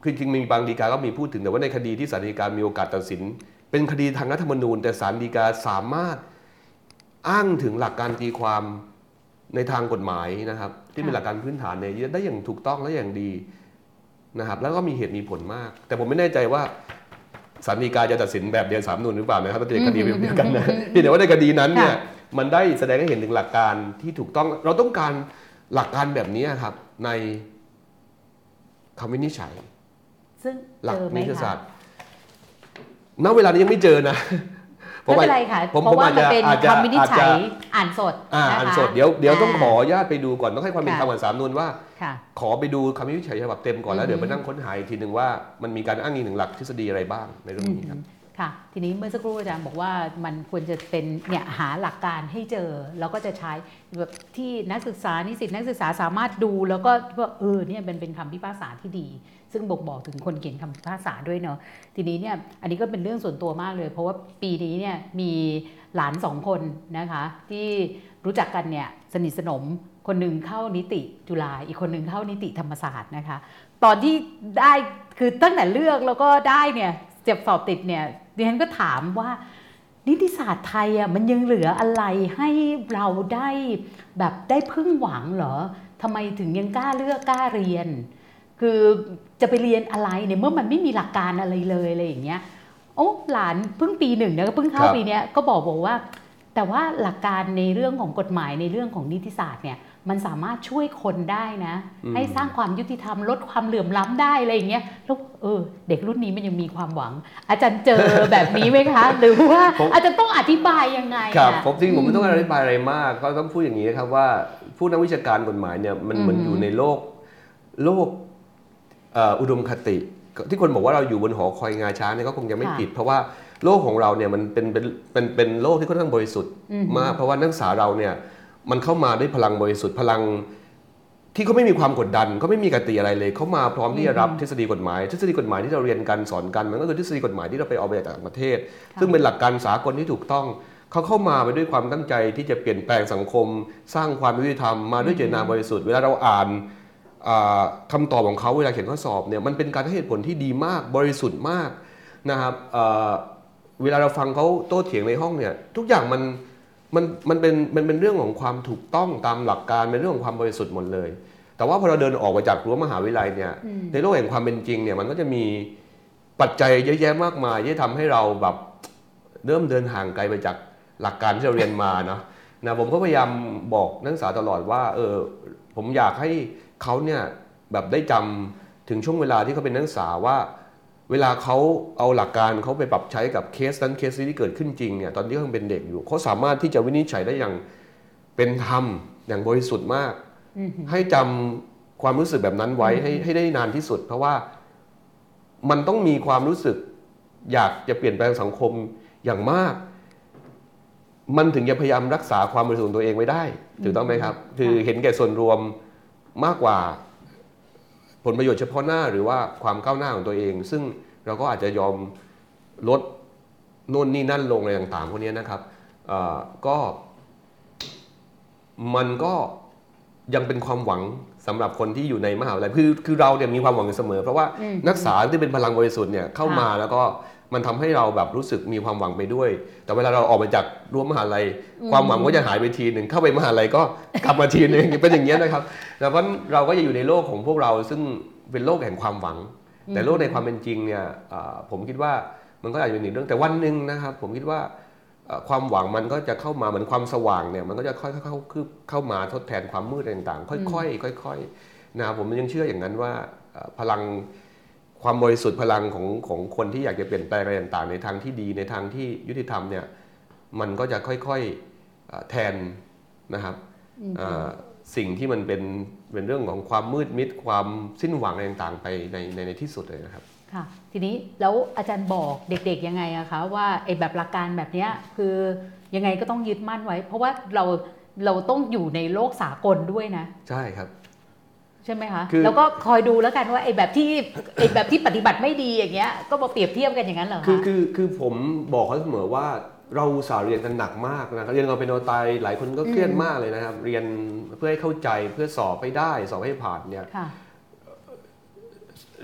คือจริงมีบางฎีกาก็มีพูดถึงแต่ว่าในคดีที่ศาลฎีกามีโอกาสตัดสินเป็นคดีทางรัฐธรรมนูญแต่ศาลฎีกาสามารถอ้างถึงหลักการตีความในทางกฎหมายนะครับที่เป็นหลักการพื้นฐานเนี่ยได้อย่างถูกต้องและอย่างดีนะครับแล้วก็มีเหตุมีผลมากแต่ผมไม่แน่ใจว่าศาลฎีกาจะตัดสินแบบเดียวสามนูนหรือเปล่านะครับถ้าเป็นคดีแบบเดียวกันนะพี่แต่ว่าในคดีนั้นเนี่ยมันได้แสดงให้เห็นถึงหลักการที่ถูกต้องเราต้องการหลักการแบบนี้ครับในคำวินิจฉัยซึ่งหลักนิติศาสตร์ร์ณเวลานี้ยังไม่เจอนะไม่เป็นไรค่ะเพราะว่ามันเป็นคำวินิจฉัยอ่านสดอ่านสดเดี๋ยวเดี๋ยวต้องขออนุญาตไปดูก่อนต้องให้ความเป็นธรรมกับศาลนูนว่าขอไปดูคำวินิจฉัยฉบับเต็มก่อนแล้วเดี๋ยวไปนั่งค้นหาอีกทีหนึ่งว่ามันมีการอ้างอิงถึงหลักทฤษฎีอะไรบ้างในเรื่องนี้ครับค่ะทีนี้เมื่อสักครู่อาจารย์บอกว่ามันควรจะเป็นเนี่ยหาหลักการให้เจอแล้วก็จะใช้แบบที่นักศึกษานิสิตนักศึกษาสามารถดูแล้วก็ว่าเออเนี่ยมันเป็นคำพิพากษาที่ดีซึ่งบ่งบอกถึงคนเขียนคำพิพากษาด้วยเนาะทีนี้เนี่ยอันนี้ก็เป็นเรื่องส่วนตัวมากเลยเพราะว่าปีนี้เนี่ยมีหลานสองคนนะคะที่รู้จักกันเนี่ยสนิทสนมคนหนึ่งเข้านิติจุฬาอีกคนหนึ่งเข้านิติธรรมศาสตร์นะคะตอนที่ได้คือตั้งแต่เลือกแล้วก็ได้เนี่ยเจ็บสอบติดเนี่ยดิฉันก็ถามว่านิติศาสตร์ไทยอ่ะมันยังเหลืออะไรให้เราได้แบบได้พึ่งหวังเหรอทำไมถึงยังกล้าเลือกกล้าเรียนคือจะไปเรียนอะไรเนี่ยเมื่อมันไม่มีหลักการอะไรเลยอะไรอย่างเงี้ยโอ้หลานเพิ่งปีหนึ่งเนี่ยก็เพิ่งเข้าปีเนี้ยก็บอกบอกว่าแต่ว่าหลักการในเรื่องของกฎหมายในเรื่องของนิติศาสตร์เนี่ยมันสามารถช่วยคนได้นะให้สร้างความยุติธรรมลดความเหลื่อมล้ำได้อะไรอย่างเงี้ยแล้วเออเด็กรุ่นนี้มันยังมีความหวังอาจารย์เจอแบบนี้ไหมคะหรือว่าอาจารย์ต้องอธิบายยังไงครับผมจริงผมไม่ต้องอธิบายอะไรมากก็ต้องพูดอย่างนี้นะครับว่าผู้นักวิชาการกฎหมายเนี่ยมันมันอยู่ในโลกโลกอุดมคติที่คนบอกว่าเราอยู่บนหอคอยงาช้างเนี่ยก็คงจะไม่ผิดเพราะว่าโลกของเราเนี่ยมันเป็นเป็นเป็นเป็นโลกที่ค่อนข้างบริสุทธิ์มากเพราะว่านักศึกษาเราเนี่ยมันเข้ามาด้วยพลังบริสุทธิ์พลังที่เขาไม่มีความกดดันเขาไม่มีกติอะไรเลยเขามาพร้อมที่จะรับทฤษฎีกฎหมายทฤษฎีกฎหมายที่เราเรียนกันสอนกันมันก็คือทฤษฎีกฎหมายที่เราไปเอามาจากต่างประเทศซึ่งเป็นหลักการสากลที่ถูกต้องเขาเข้ามาไปด้วยความตั้งใจที่จะเปลี่ยนแปลงสังคมสร้างความยุติธรรมมาด้วยเจตนาบริสุทธิ์เวลาเราอ่านคำตอบของเขาเวลาเขียนข้อสอบเนี่ยมันเป็นการให้เหตุผลที่ดีมากบริสุทธิ์มากนะครับเวลาเราฟังเขาโต้เถียงในห้องเนี่ยทุกอย่างมันมันมันเป็นมันเป็นเรื่องของความถูกต้องตามหลักการเป็นเรื่องของความบริสุทธิ์หมดเลยแต่ว่าพอเราเดินออกมาจากรั้วมหาวิทยาลัยเนี่ยในโลกแห่งความเป็นจริงเนี่ยมันก็จะมีปัจจัยเยอะแยะมากมายที่ทำให้เราแบบเริ่มเดินห่างไกลไปจากหลักการที่เราเรียนมาเนาะนะผมก็พยายามบอกนักศึกษาตลอดว่าเออผมอยากให้เขาเนี่ยแบบได้จำถึงช่วงเวลาที่เขาเป็นนักศึกษาว่าเวลาเขาเอาหลักการเขาไปปรับใช้กับเคสนั้นเคสนี้ที่เกิดขึ้นจริงเนี่ยตอนที่เขาเป็นเด็กอยู่เขาสามารถที่จะวินิจฉัยได้อย่างเป็นธรรมอย่างบริสุทธิ์มากให้จำความรู้สึกแบบนั้นไว้ให้ให้ได้นานที่สุดเพราะว่ามันต้องมีความรู้สึกอยากจะเปลี่ยนแปลงสังคมอย่างมากมันถึงจะพยายามรักษาความบริสุทธิ์ของตัวเองไว้ได้ถูกต้องไหมครับคือเห็นแก่ส่วนรวมมากกว่าผลประโยชน์เฉพาะหน้าหรือว่าความก้าวหน้าของตัวเองซึ่งเราก็อาจจะยอมลดโน่นนี่นั่นลงอะไรต่างๆพวกนี้นะครับก็มันก็ยังเป็นความหวังสำหรับคนที่อยู่ในมหาวิทยาลัยคือคือเราเนี่ยมีความหวังเสมอเพราะว่านักศึกษาที่เป็นพลังบริสุทธิ์เนี่ยเข้ามาแล้วก็มันทำให้เราแบบรู้สึกมีความหวังไปด้วยแต่เวลาเราออกมาจากรั้วมหาลัยความหวังก็จะหายไปทีหนึ่งเข้าไปมหาลัยก็กลับมาทีนึงเป็นอย่างนี้นะครับแต่เพราะเราก็จะอยู่ในโลกของพวกเราซึ่งเป็นโลกแห่งความหวังแต่โลกในความเป็นจริงเนี่ยผมคิดว่ามันก็อาจจะเป็นอีกเรื่องแต่วันหนึ่งนะครับผมคิดว่าความหวังมันก็จะเข้ามาเหมือนความสว่างเนี่ยมันก็จะค่อยๆเข้าเข้ามาทดแทนความมืดต่างๆค่อยๆค่อยๆนะผมยังเชื่ออย่างนั้นว่าพลังความบริสุทธิ์พลังของของคนที่อยากจะเปลี่ยนแปลงอะไรต่างๆในทางที่ดีในทางที่ยุติธรรมเนี่ยมันก็จะค่อยๆแทนนะครับสิ่งที่มันเป็นเป็นเรื่องของความมืดมิดความสิ้นหวังอะไรต่างๆไปในในในที่สุดเลยนะครับค่ะทีนี้แล้วอาจารย์บอกเด็กๆยังไงอะคะว่าไอ้แบบหลักการแบบนี้คือยังไงก็ต้องยึดมั่นไว้เพราะว่าเราเราต้องอยู่ในโลกสากลด้วยนะใช่ครับใช่ไหมคะแล้วก็คอยดูแล้วกันว่าไอ้แบบที่ไอ้แบบที่ปฏิบัติไม่ดีอย่างเงี้ยก็มาเปรียบเทียบกันอย่างนั้นเหรอคะคือคือคือผมบอกเขาเสมอว่าเราสาเรียนกันหนักมากนะครับเรียนเราเป็นโนไตหลายคนก็เครียดมากเลยนะครับเรียนเพื่อให้เข้าใจเพื่อสอบให้ได้สอบให้ผ่านเนี่ย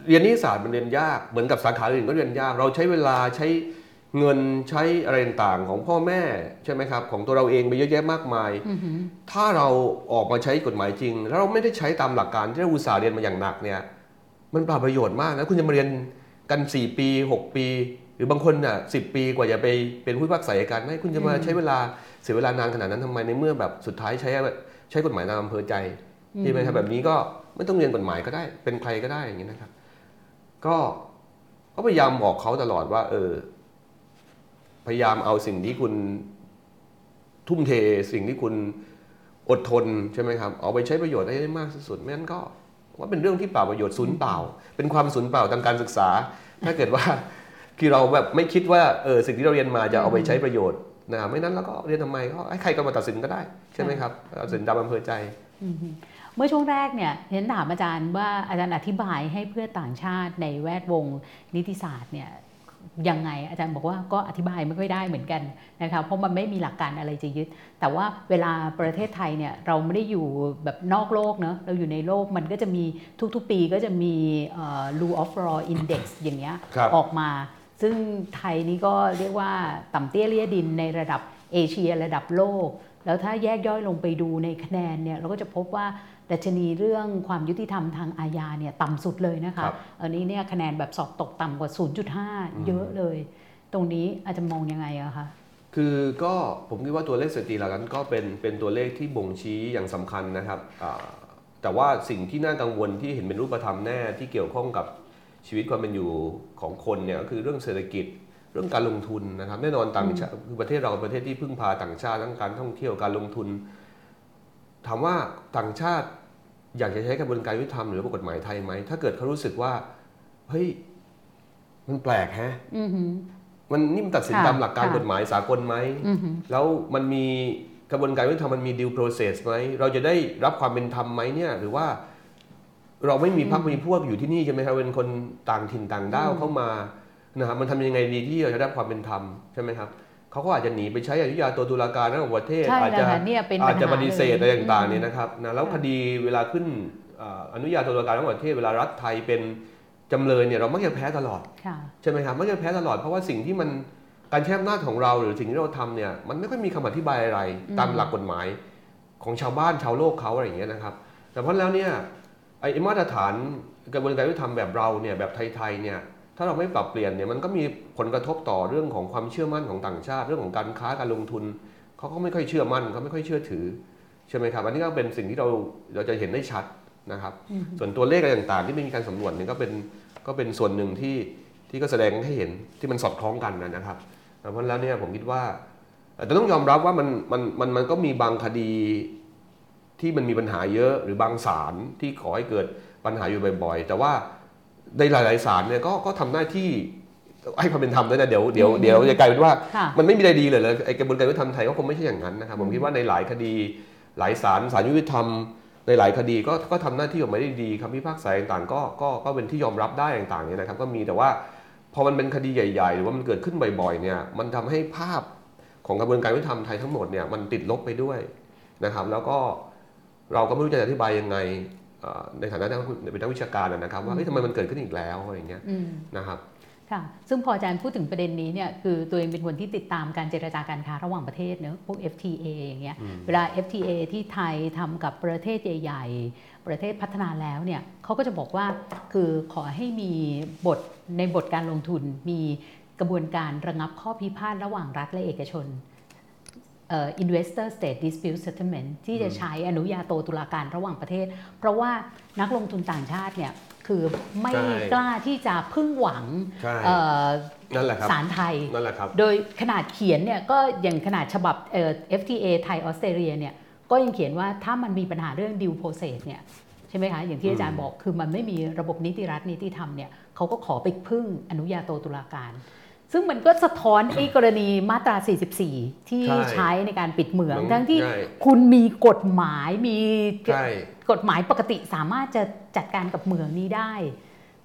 เรียนนิติศาสตร์มันเรียนยากเหมือนกับสาขาอื่นก็เรียนยากเราใช้เวลาใช้เงินใช้อะไรต่างๆของพ่อแม่ใช่ไหมครับของตัวเราเองไปเยอะแยะมากมาย mm-hmm. ถ้าเราออกมาใช้กฎหมายจริงแล้วเราไม่ได้ใช้ตามหลักการที่เราอุตส่าห์เรียนมาอย่างหนักเนี่ยมันเปล่าประโยชน์มากนะคุณจะมาเรียนกันสี่ปีหกปีหรือบางคนน่ะสิบปีกว่าจะไปเป็นผู้พิพากษาอัยการไม่คุณจะมาใช้เวลาเสียเวลานานขนาดนั้นทำไมในเมื่อแบบสุดท้ายใช้ใช้กฎหมายตามอำเภอใจที่เป็นแบบนี้ก็ไม่ต้องเรียนกฎหมายก็ได้เป็นใครก็ได้อย่างนี้นะครับก็ก็พยายามบอกเขาตลอดว่าเออพยายามเอาสิ่งที่คุณทุ่มเทสิ่งที่คุณอดทนใช่ไหมครับเอาไปใช้ประโยชน์ได้มากที่สุดไม่งั้นก็ว่าเป็นเรื่องที่เปล่าประโยชน์ศูนย์เปล่าเป็นความศูนย์เปล่าทางการศึกษาถ้าเกิดว่าคือเราแบบไม่คิดว่าเออสิ่งที่เราเรียนมาจะเอาไปใช้ประโยชน์นะไม่นั้นแล้วก็เรียนทำไมก็ให้ใครก็มาตัดสินก็ได้ใช่ไหมครับตัดสินตามอำเภอใจเมื่อช่วงแรกเนี่ยเห็นถามอาจารย์ว่าอาจารย์อธิบายให้เพื่อนต่างชาติในแวดวงนิติศาสตร์เนี่ยยังไงอาจารย์บอกว่าก็อธิบายไม่ค่อยได้เหมือนกันนะคะเพราะมันไม่มีหลักการอะไรจะยึดแต่ว่าเวลาประเทศไทยเนี่ยเราไม่ได้อยู่แบบนอกโลกเนอะเราอยู่ในโลกมันก็จะมีทุกๆปีก็จะมี rule of law index อย่างเงี้ยออกมาซึ่งไทยนี่ก็เรียกว่าต่ำเตี้ยเลี่ยดินในระดับเอเชียระดับโลกแล้วถ้าแยกย่อยลงไปดูในคะแนนเนี่ยเราก็จะพบว่าดัชนีเรื่องความยุติธรรมทางอาญาเนี่ยต่ำสุดเลยนะคะอันนี้เนี่ยคะแนนแบบสอบตกต่ำกว่า ศูนย์จุดห้า เยอะเลยตรงนี้อาจจะมองยังไงอะคะคือก็ผมคิดว่าตัวเลขสถิติเหล่านั้นก็เป็นเป็นตัวเลขที่บ่งชี้อย่างสำคัญนะครับแต่ว่าสิ่งที่น่ากังวลที่เห็นเป็นรูปธรรมแน่ที่เกี่ยวข้องกับชีวิตความเป็นอยู่ของคนเนี่ยก็คือเรื่องเศรษฐกิจเรื่องการลงทุนนะครับแน่นอนต่างชาติคือประเทศเราประเทศที่พึ่งพาต่างชาติทั้งการท่องเที่ยวการลงทุนถามว่าต่างชาติอยากจะใช้กระบวนการยุติธรรมหรือกฎหมายไทยไหมถ้าเกิดเขารู้สึกว่าเฮ้ยมันแปลกแฮะมันนี่มันตัดสินตามหลักการกฎหมายสากลไหมแล้วมันมีกระบวนการยุติธรรมมันมี due process ไหมเราจะได้รับความเป็นธรรมไหมเนี่ยหรือว่าเราไม่มีพรรคมีพวกอยู่ที่นี่ใช่ไหมครับเป็นคนต่างถิ่นต่างด้าวเข้ามานะครับมันทำยังไงดีที่เราจะได้ความเป็นธรรมใช่ไหมครับเขาก็อาจจะหนีไปใช้อนุญาโตตุลาการระหว่างประเทศอาจจะอาจจะปฏิเสธอะไรต่างๆเนี่ยนะครับนะแล้วคดีเวลาขึ้นอนุญาโตตุลาการระหว่างประเทศเวลารัฐไทยเป็นจำเลยเนี่ยเรามักจะแพ้ตลอดใช่ไหมครับมักจะแพ้ตลอดเพราะว่าสิ่งที่มันการใช้อำนาจของเราหรือสิ่งที่เราทำเนี่ยมันไม่ค่อยมีคำอธิบายอะไรตามหลักกฎหมายของชาวบ้านชาวโลกเขาอะไรอย่างเงี้ยนะครับแต่เพราะแล้วเนี่ยไอ้มาตรฐานกระบวนการยุติธรรมแบบเราเนี่ยแบบไทยๆเนี่ยถ้าเราไม่ปรับเปลี่ยนเนี่ยมันก็มีผลกระทบต่อเรื่องของความเชื่อมั่นของต่างชาติเรื่องของการค้าการลงทุนเขาก็ไม่ค่อยเชื่อมั่นเขาไม่ค่อยเชื่อถือใช่ไหมครับอันนี้ก็เป็นสิ่งที่เราเราจะเห็นได้ชัดนะครับส่วนตัวเลขอะไรต่างๆที่ไม่มีการสำรวจเนี่ยก็เป็นก็เป็นส่วนหนึ่งที่ที่ก็แสดงให้เห็นที่มันสอดคล้องกันนะครับเพราะฉะนั้นเนี่ยผมคิดว่าแต่ต้องยอมรับว่ามันมันมันมันก็มีบางคดีที่มันมีปัญหาเยอะหรือบางศาลที่ขอให้เกิดปัญหาอยู่บ่อยๆแต่ว่าในหลายๆศาลเนี่ยก็ก็ทำหน้าที่ให้ความเป็นธรรมด้วยนะเดี๋ยวเดี๋ยวเดี๋ยวจะกลายเป็นว่ามันไม่มีอะไรดีเลยเลยไอ้กระบวนการยุติธรรมไทยก็คงไม่ใช่อย่างนั้นนะครับผมคิดว่าในหลายคดีหลายศาลศาลยุติธรรมในหลายคดีก็ก็ทำหน้าที่ออกมาได้ดีคำพิพากษาต่างๆก็ก็ก็เป็นที่ยอมรับได้ต่างๆเนี่ยนะครับก็มีแต่ว่าพอมันเป็นคดีใหญ่ๆหรือว่ามันเกิดขึ้นบ่อยๆเนี่ยมันทำให้ภาพของกระบวนการยุติธรรมไทยทั้งหมดเนี่ยมันติดลบไปด้วยนะครับแล้วก็เราก็ไม่รู้จะอธิบายยังไงในฐานะที่เป็นนักวิชาการนะครับว่าทำไมมันเกิดขึ้นอีกแล้วอะไรอย่างเงี้ยนะครับค่ะซึ่งพออาจารย์พูดถึงประเด็นนี้เนี่ยคือตัวเองเป็นคนที่ติดตามการเจรจาการค้าระหว่างประเทศเนอะพวก เอฟ ที เอ อย่างเงี้ยเวลา เอฟ ที เอ ที่ไทยทำกับประเทศใหญ่ๆประเทศพัฒนาแล้วเนี่ยเขาก็จะบอกว่าคือขอให้มีบทในบทการลงทุนมีกระบวนการระงับข้อพิพาทระหว่างรัฐและเอกชนUh, investor state dispute settlement ที่จะใช้อนุญาโตตุลาการระหว่างประเทศเพราะว่านักลงทุนต่างชาติเนี่ยคือไม่กล้าที่จะพึ่งหวังศาลไทยโดยขนาดเขียนเนี่ยก็อย่างขนาดฉบับ เอฟ ที เอ ไทยออสเตรเลียเนี่ยก็ยังเขียนว่าถ้ามันมีปัญหาเรื่อง due process เนี่ยใช่ไหมคะอย่างที่อาจารย์บอกคือมันไม่มีระบบนิติรัฐนิติธรรมเนี่ยเขาก็ขอไปพึ่งอนุญาโตตุลาการซึ่งมันก็สะท้อนไอ้กรณีมาตราสี่สิบสี่ที่ใช้ในการปิดเหมืองทั้งที่คุณมีกฎหมายมีกฎหมายปกติสามารถจะจัดการกับเหมืองนี้ได้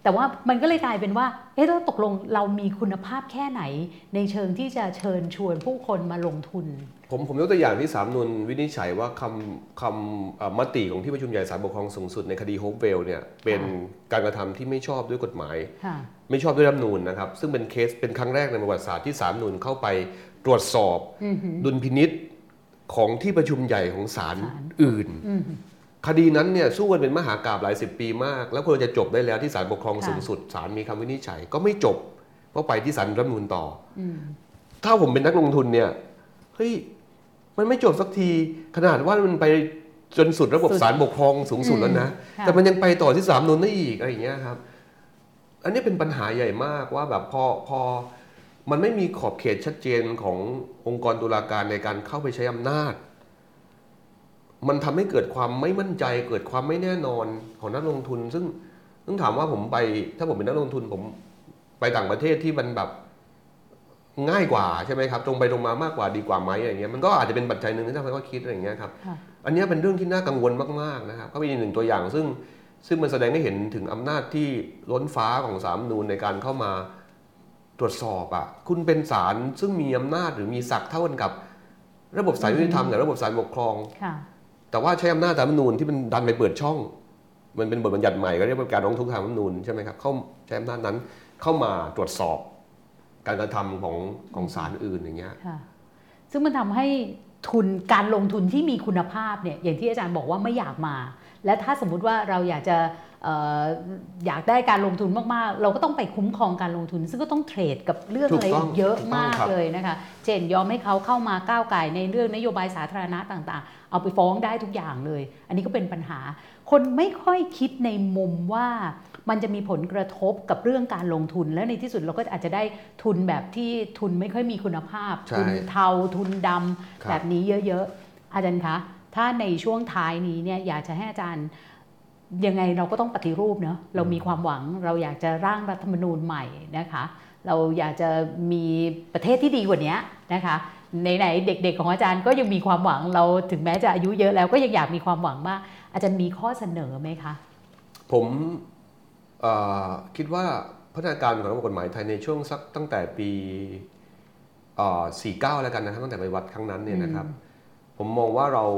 แต่ว่ามันก็เลยกลายเป็นว่าเอ๊ะแล้วตกลงเรามีคุณภาพแค่ไหนในเชิงที่จะเชิญชวนผู้คนมาลงทุนผมผมยกตัวอย่างที่ศาลรัฐธรรมนูญวินิจฉัยว่าคำคำมติของที่ประชุมใหญ่ศาลปกครองสูงสุดในคดีโฮปเวลเนี่ยเป็นการกระทำที่ไม่ชอบด้วยกฎหมายไม่ชอบด้วยรัฐธรรมนูญนะครับซึ่งเป็นเคสเป็นครั้งแรกในประวัติศาสตร์ที่ศาลรัฐธรรมนูญเข้าไปตรวจสอบดุลพินิจของที่ประชุมใหญ่ของศาลอื่นคดีนั้นเนี่ยสู้กันเป็นมหากาพย์หลายสิบปีมากแล้วควรจะจบได้แล้วที่ศาลปกครองสูงสุดศาลมีคำวินิจฉัยก็ไม่จบเพราะไปที่ศาลรัฐธรรมนูญต่อถ้าผมเป็นนักลงทุนเนี่ยเฮ้ยมันไม่จบสักทีขนาดว่ามันไปจนสุดระบบศาลปกครองสูงสุดแล้วนะแต่มันยังไปต่อที่ศาลรัฐธรรมนูญได้อีกอะไรอย่างเงี้ยครับอันนี้เป็นปัญหาใหญ่มากว่าแบบพอพอมันไม่มีขอบเขตชัดเจนขององค์กรตุลาการในการเข้าไปใช้อำนาจมันทำให้เกิดความไม่มั่นใจเกิดความไม่แน่นอนของนักลงทุนซึ่งต้องถามว่าผมไปถ้าผมเป็นนักลงทุนผมไปต่างประเทศที่มันแบบง่ายกว่าใช่ไหมครับตรงไปตรงมามากกว่าดีกว่าไหมอะไรเงี้ยมันก็อาจจะเป็นปัจจัยหนึ่งที่ทำให้เขาคิดอะไรอย่างเงี้ยครับอันนี้เป็นเรื่องที่น่ากังวลมากๆนะครับก็เป็นอีกหนึ่งตัวอย่างซึ่งซึ่งมันแสดงให้เห็นถึงอำนาจที่ล้นฟ้าของศาลรัฐธรรมนูญในการเข้ามาตรวจสอบอ่ะคุณเป็นศาลซึ่งมีอำนาจหรือมีศักดิ์เท่ากันกับระบบศาลยุติธรรมกับระบบศาลปกครองแต่ว่าใช้อำนาจศาลรัฐธรรมนูญที่มันดันไปเปิดช่องมันเป็นบทบัญญัติใหม่ก็เรียกว่าการร้องทุกข์ทางรัฐธรรมนูญใช่ไหมครับเข้าใช้อำนาจนั้นเข้ามาตรวจสอบการกระทำของของศาลอื่นอย่างเงี้ยซึ่งมันทำให้ทุนการลงทุนที่มีคุณภาพเนี่ยอย่างที่อาจารย์บอกว่าไม่อยากมาและถ้าสมมุติว่าเราอยากจะเอ่ออยากได้การลงทุนมากๆเราก็ต้องไปคุ้มครองการลงทุนซึ่งก็ต้องเทรดกับเรื่องอะไรเยอะมากเลยนะคะเช่นยอมให้เขาเข้ามาก้าวไก่ในเรื่องนโยบายสาธารณะต่างๆเอาไปฟ้องได้ทุกอย่างเลยอันนี้ก็เป็นปัญหาคนไม่ค่อยคิดในมุมว่ามันจะมีผลกระทบกับเรื่องการลงทุนและในที่สุดเราก็อาจจะได้ทุนแบบที่ทุนไม่ค่อยมีคุณภาพทุนเทาทุนดำแบบนี้เยอะๆอาจารย์คะถ้าในช่วงท้ายนี้เนี่ยอยากจะให้อาจารย์ยังไงเราก็ต้องปฏิรูปเนาะเรามีความหวังเราอยากจะร่างรัฐธรรมนูญใหม่นะคะเราอยากจะมีประเทศที่ดีกว่านี้นะคะไหนๆเด็กๆของอาจารย์ก็ยังมีความหวังเราถึงแม้จะอายุเยอะแล้วก็ยังอยากมีความหวังมากอาจารย์มีข้อเสนอไหมคะผมคิดว่าพัฒนาการของระบบกฎหมายไทยในช่วงสักตั้งแต่ปีสี่สิบเก้าแล้วกันนะครับตั้งแต่ไปวัดครั้งนั้นเนี่ยนะครับผมมองว่าเรา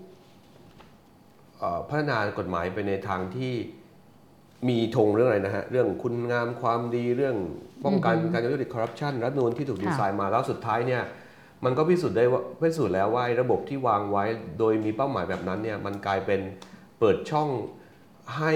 พัฒนากฎหมายไปในทางที่มีธงเรื่องอะไรนะฮะเรื่องคุณงามความดีเรื่องป้องกันการทุจริตคอร์รัปชันรัฐธรรมนูญที่ถูกดีไซน์มาแล้วสุดท้ายเนี่ยมันก็พิสูจน์ได้ว่าพิสูจน์แล้วว่าระบบที่วางไว้โดยมีเป้าหมายแบบนั้นเนี่ยมันกลายเป็นเปิดช่องให้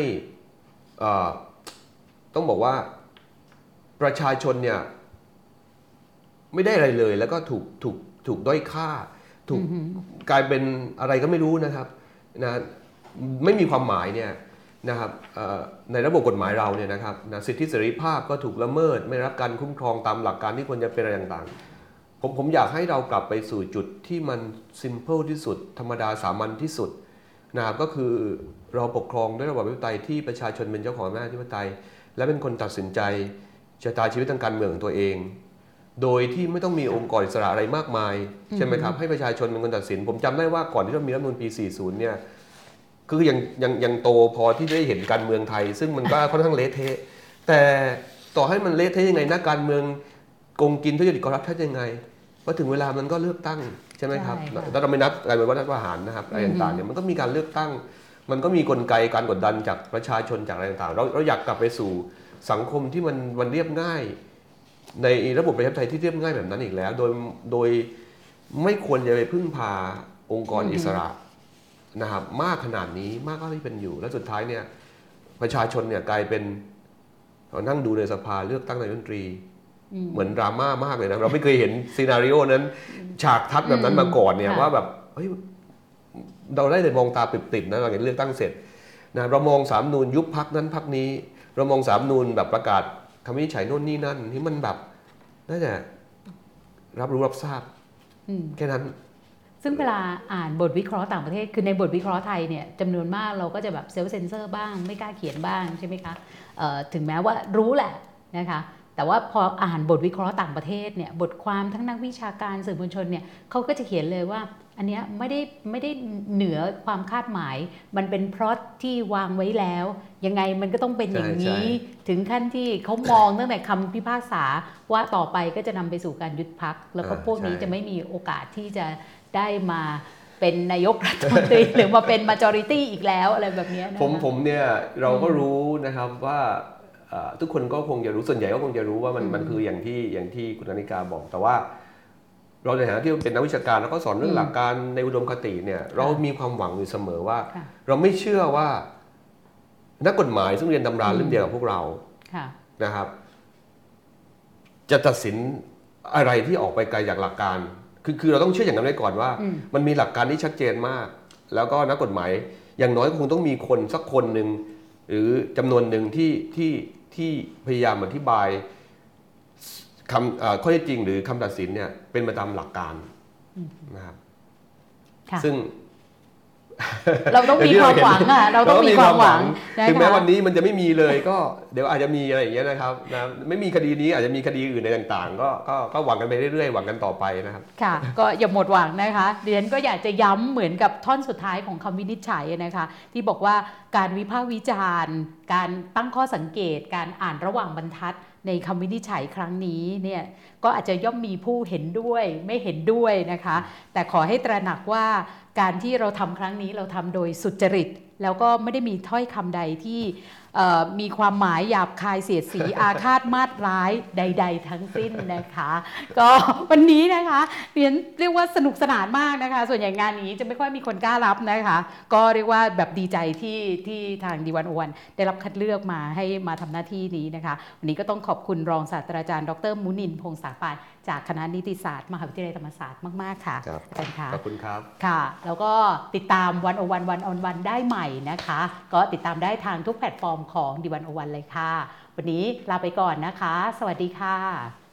ต้องบอกว่าประชาชนเนี่ยไม่ได้อะไรเลยแล้วก็ถูกถูกถูกด้อยค่าถูกกลายเป็นอะไรก็ไม่รู้นะครับนะไม่มีความหมายเนี่ยนะครับในระบบกฎหมายเราเนี่ยนะครับสิทธิเสรีภาพก็ถูกละเมิดไม่ได้รับการคุ้มครองตามหลักการที่ควรจะเป็นอะไรต่างๆผมผมอยากให้เรากลับไปสู่จุดที่มัน simple ที่สุดธรรมดาสามัญที่สุดนะครับก็คือเราปกครองด้วยระบอบอธิปไตยที่ประชาชนเป็นเจ้าของอำนาจอธิปไตยและเป็นคนตัดสินใจชะตาชีวิตทางการเมืองของตัวเองโดยที่ไม่ต้องมีองค์กรอิสระอะไรมากมายใช่ไหมครับให้ประชาชนเป็นคนตัดสินผมจำได้ว่าก่อนที่จะมีรัฐธรรมนูญปีสี่สิบเนี่ยคือยังยังยังโตพอที่ได้เห็นการเมืองไทยซึ่งมันก็ค่อนข้างเละเทะแต่ต่อให้มันเละเทะยังไงนักการเมืองโกงกินทุจริตคอร์รัปชันยังไงพอถึงเวลามันก็เลือกตั้งใช่ไหมครับแล้วเราไม่นับการเมืองวัฒนประหารนะครับอะไรต่างๆเนี่ยมันก็มีการเลือกตั้งมันก็มีกลไกการกดดันจากประชาชนจากอะไรต่างๆเราเราอยากกลับไปสู่สังคมที่มันมันเรียบง่ายในระบบประชาธิปไตยที่เรียบง่ายแบบนั้นอีกแล้วโดยโดยไม่ควรจะไปพึ่งพาองค์กรอิสระนะครับมากขนาดนี้มากก็ที่เป็นอยู่แล้วสุดท้ายเนี่ยประชาชนเนี่ยกลายเป็นเรานั่งดูในสภาเลือกตั้งนายกรัฐมนตรีเหมือนดราม่ามากเลยนะเราไม่เคยเห็นซีนาริโอนั้นฉากทัศน์แบบนั้นมาก่อนเนี่ยว่าแบบเฮ้ยเราได้แต่มองตาปิดๆนะหลังจากเลือกตั้งเสร็จนะเรามองสามนูนยุบพรรคนั้นพรรคนี้เรามองสามนูนแบบประกาศคำวินิจฉัยโน่นนี่นั่นที่มันแบบน่าจะรับรู้รับทราบแค่นั้นซึ่งเวลาอ่านบทวิเคราะห์ต่างประเทศคือในบทวิเคราะห์ไทยเนี่ยจำนวนมากเราก็จะแบบเซลฟ์เซนเซอร์บ้างไม่กล้าเขียนบ้างใช่ไหมคะถึงแม้ว่ารู้แหละนะคะแต่ว่าพออ่านบทวิเคราะห์ต่างประเทศเนี่ยบทความทั้งนักวิชาการสื่อมวลชนเนี่ยเขาก็จะเขียนเลยว่าอันเนี้ยไม่ได้ไม่ได้เหนือความคาดหมายมันเป็นเพราะที่วางไว้แล้วยังไงมันก็ต้องเป็นอย่างนี้ถึงขั้นที่เขามองตั้งแต่คำพิพากษาว่าต่อไปก็จะนำไปสู่การยุบพรรคแล้วก็พวกนี้จะไม่มีโอกาสที่จะได้มาเป็นนายกรัฐมนตรี หรือมาเป็น majority อีกแล้วอะไรแบบนี้นะผมผมเนี่ยเราก็รู้นะครับว่าทุกคนก็คงจะรู้ส่วนใหญ่ก็คงจะรู้ว่ามันมันคืออย่างที่อย่างที่คุณกนิการบอกแต่ว่าเราในฐานะที่เป็นนักวิชาการแล้วก็สอนเรื่องหลักการในอุดมคติเนี่ยเรามีความหวังอยู่เสมอว่าเราไม่เชื่อว่านักกฎหมายซึ่งเรียนตำราเล่มเดียวกับพวกเรานะครับจะตัดสินอะไรที่ออกไปไกลจากหลักการคือคือเราต้องเชื่ออย่างนั้นไว้ก่อนว่ามันมีหลักการที่ชัดเจนมากแล้วก็นักกฎหมายอย่างน้อยคงต้องมีคนสักคนหนึ่งหรือจำนวนหนึ่งที่ที่ที่พยายามอธิบายคำข้อเท็จจริงหรือคำตัดสินเนี่ยเป็นไปตามหลักการนะครับซึ่งเราต้องมีความหวังอ่ะเราต้องมีความหวังถึงแม้วันนี้มันจะไม่มีเลยก็เดี๋ยวอาจจะมีอะไรอย่างเงี้ยนะครับนะไม่มีคดีนี้อาจจะมีคดีอื่นในต่างๆก็ก็ก็หวังกันไปเรื่อยๆหวังกันต่อไปนะครับค่ะก็อย่าหมดหวังนะคะดิฉันก็อยากจะย้ำเหมือนกับท่อนสุดท้ายของคำวินิจฉัยนะคะที่บอกว่าการวิพากษ์วิจารณ์การตั้งข้อสังเกตการอ่านระหว่างบรรทัดในคำวินิจฉัยครั้งนี้เนี่ยก็อาจจะย่อมมีผู้เห็นด้วยไม่เห็นด้วยนะคะแต่ขอให้ตระหนักว่าการที่เราทำครั้งนี้เราทำโดยสุจริตแล้วก็ไม่ได้มีถ้อยคำใดที่มีความหมายหยาบคายเสียดสี อาฆาตมาตร้ายใดๆทั้งสิ้นนะคะก็วันนี้นะคะเรียนเรียกว่าสนุกสนานมากนะคะส่วนใหญ่งานนี้จะไม่ค่อยมีคนกล้ารับนะคะก็เรียกว่าแบบดีใจที่ที่ทางดีวันโอวันได้รับคัดเลือกมาให้มาทำหน้าที่นี้นะคะวันนี้ก็ต้องขอบคุณรองศาสตราจารย์ดร.มุนินทร์พงษาปานจากคณะนิติศาสตร์มหาวิทยาลัยธรรมศาสตร์มากๆค่ะอาจารย์ค่ะขอบคุณครับค่ะแล้วก็ติดตามวันโอวันวันออนวันได้ใหม่นะคะก็ติดตามได้ทางทุกแพลตฟอร์มของดีวันโอวันเลยค่ะวันนี้ลาไปก่อนนะคะสวัสดีค่ะ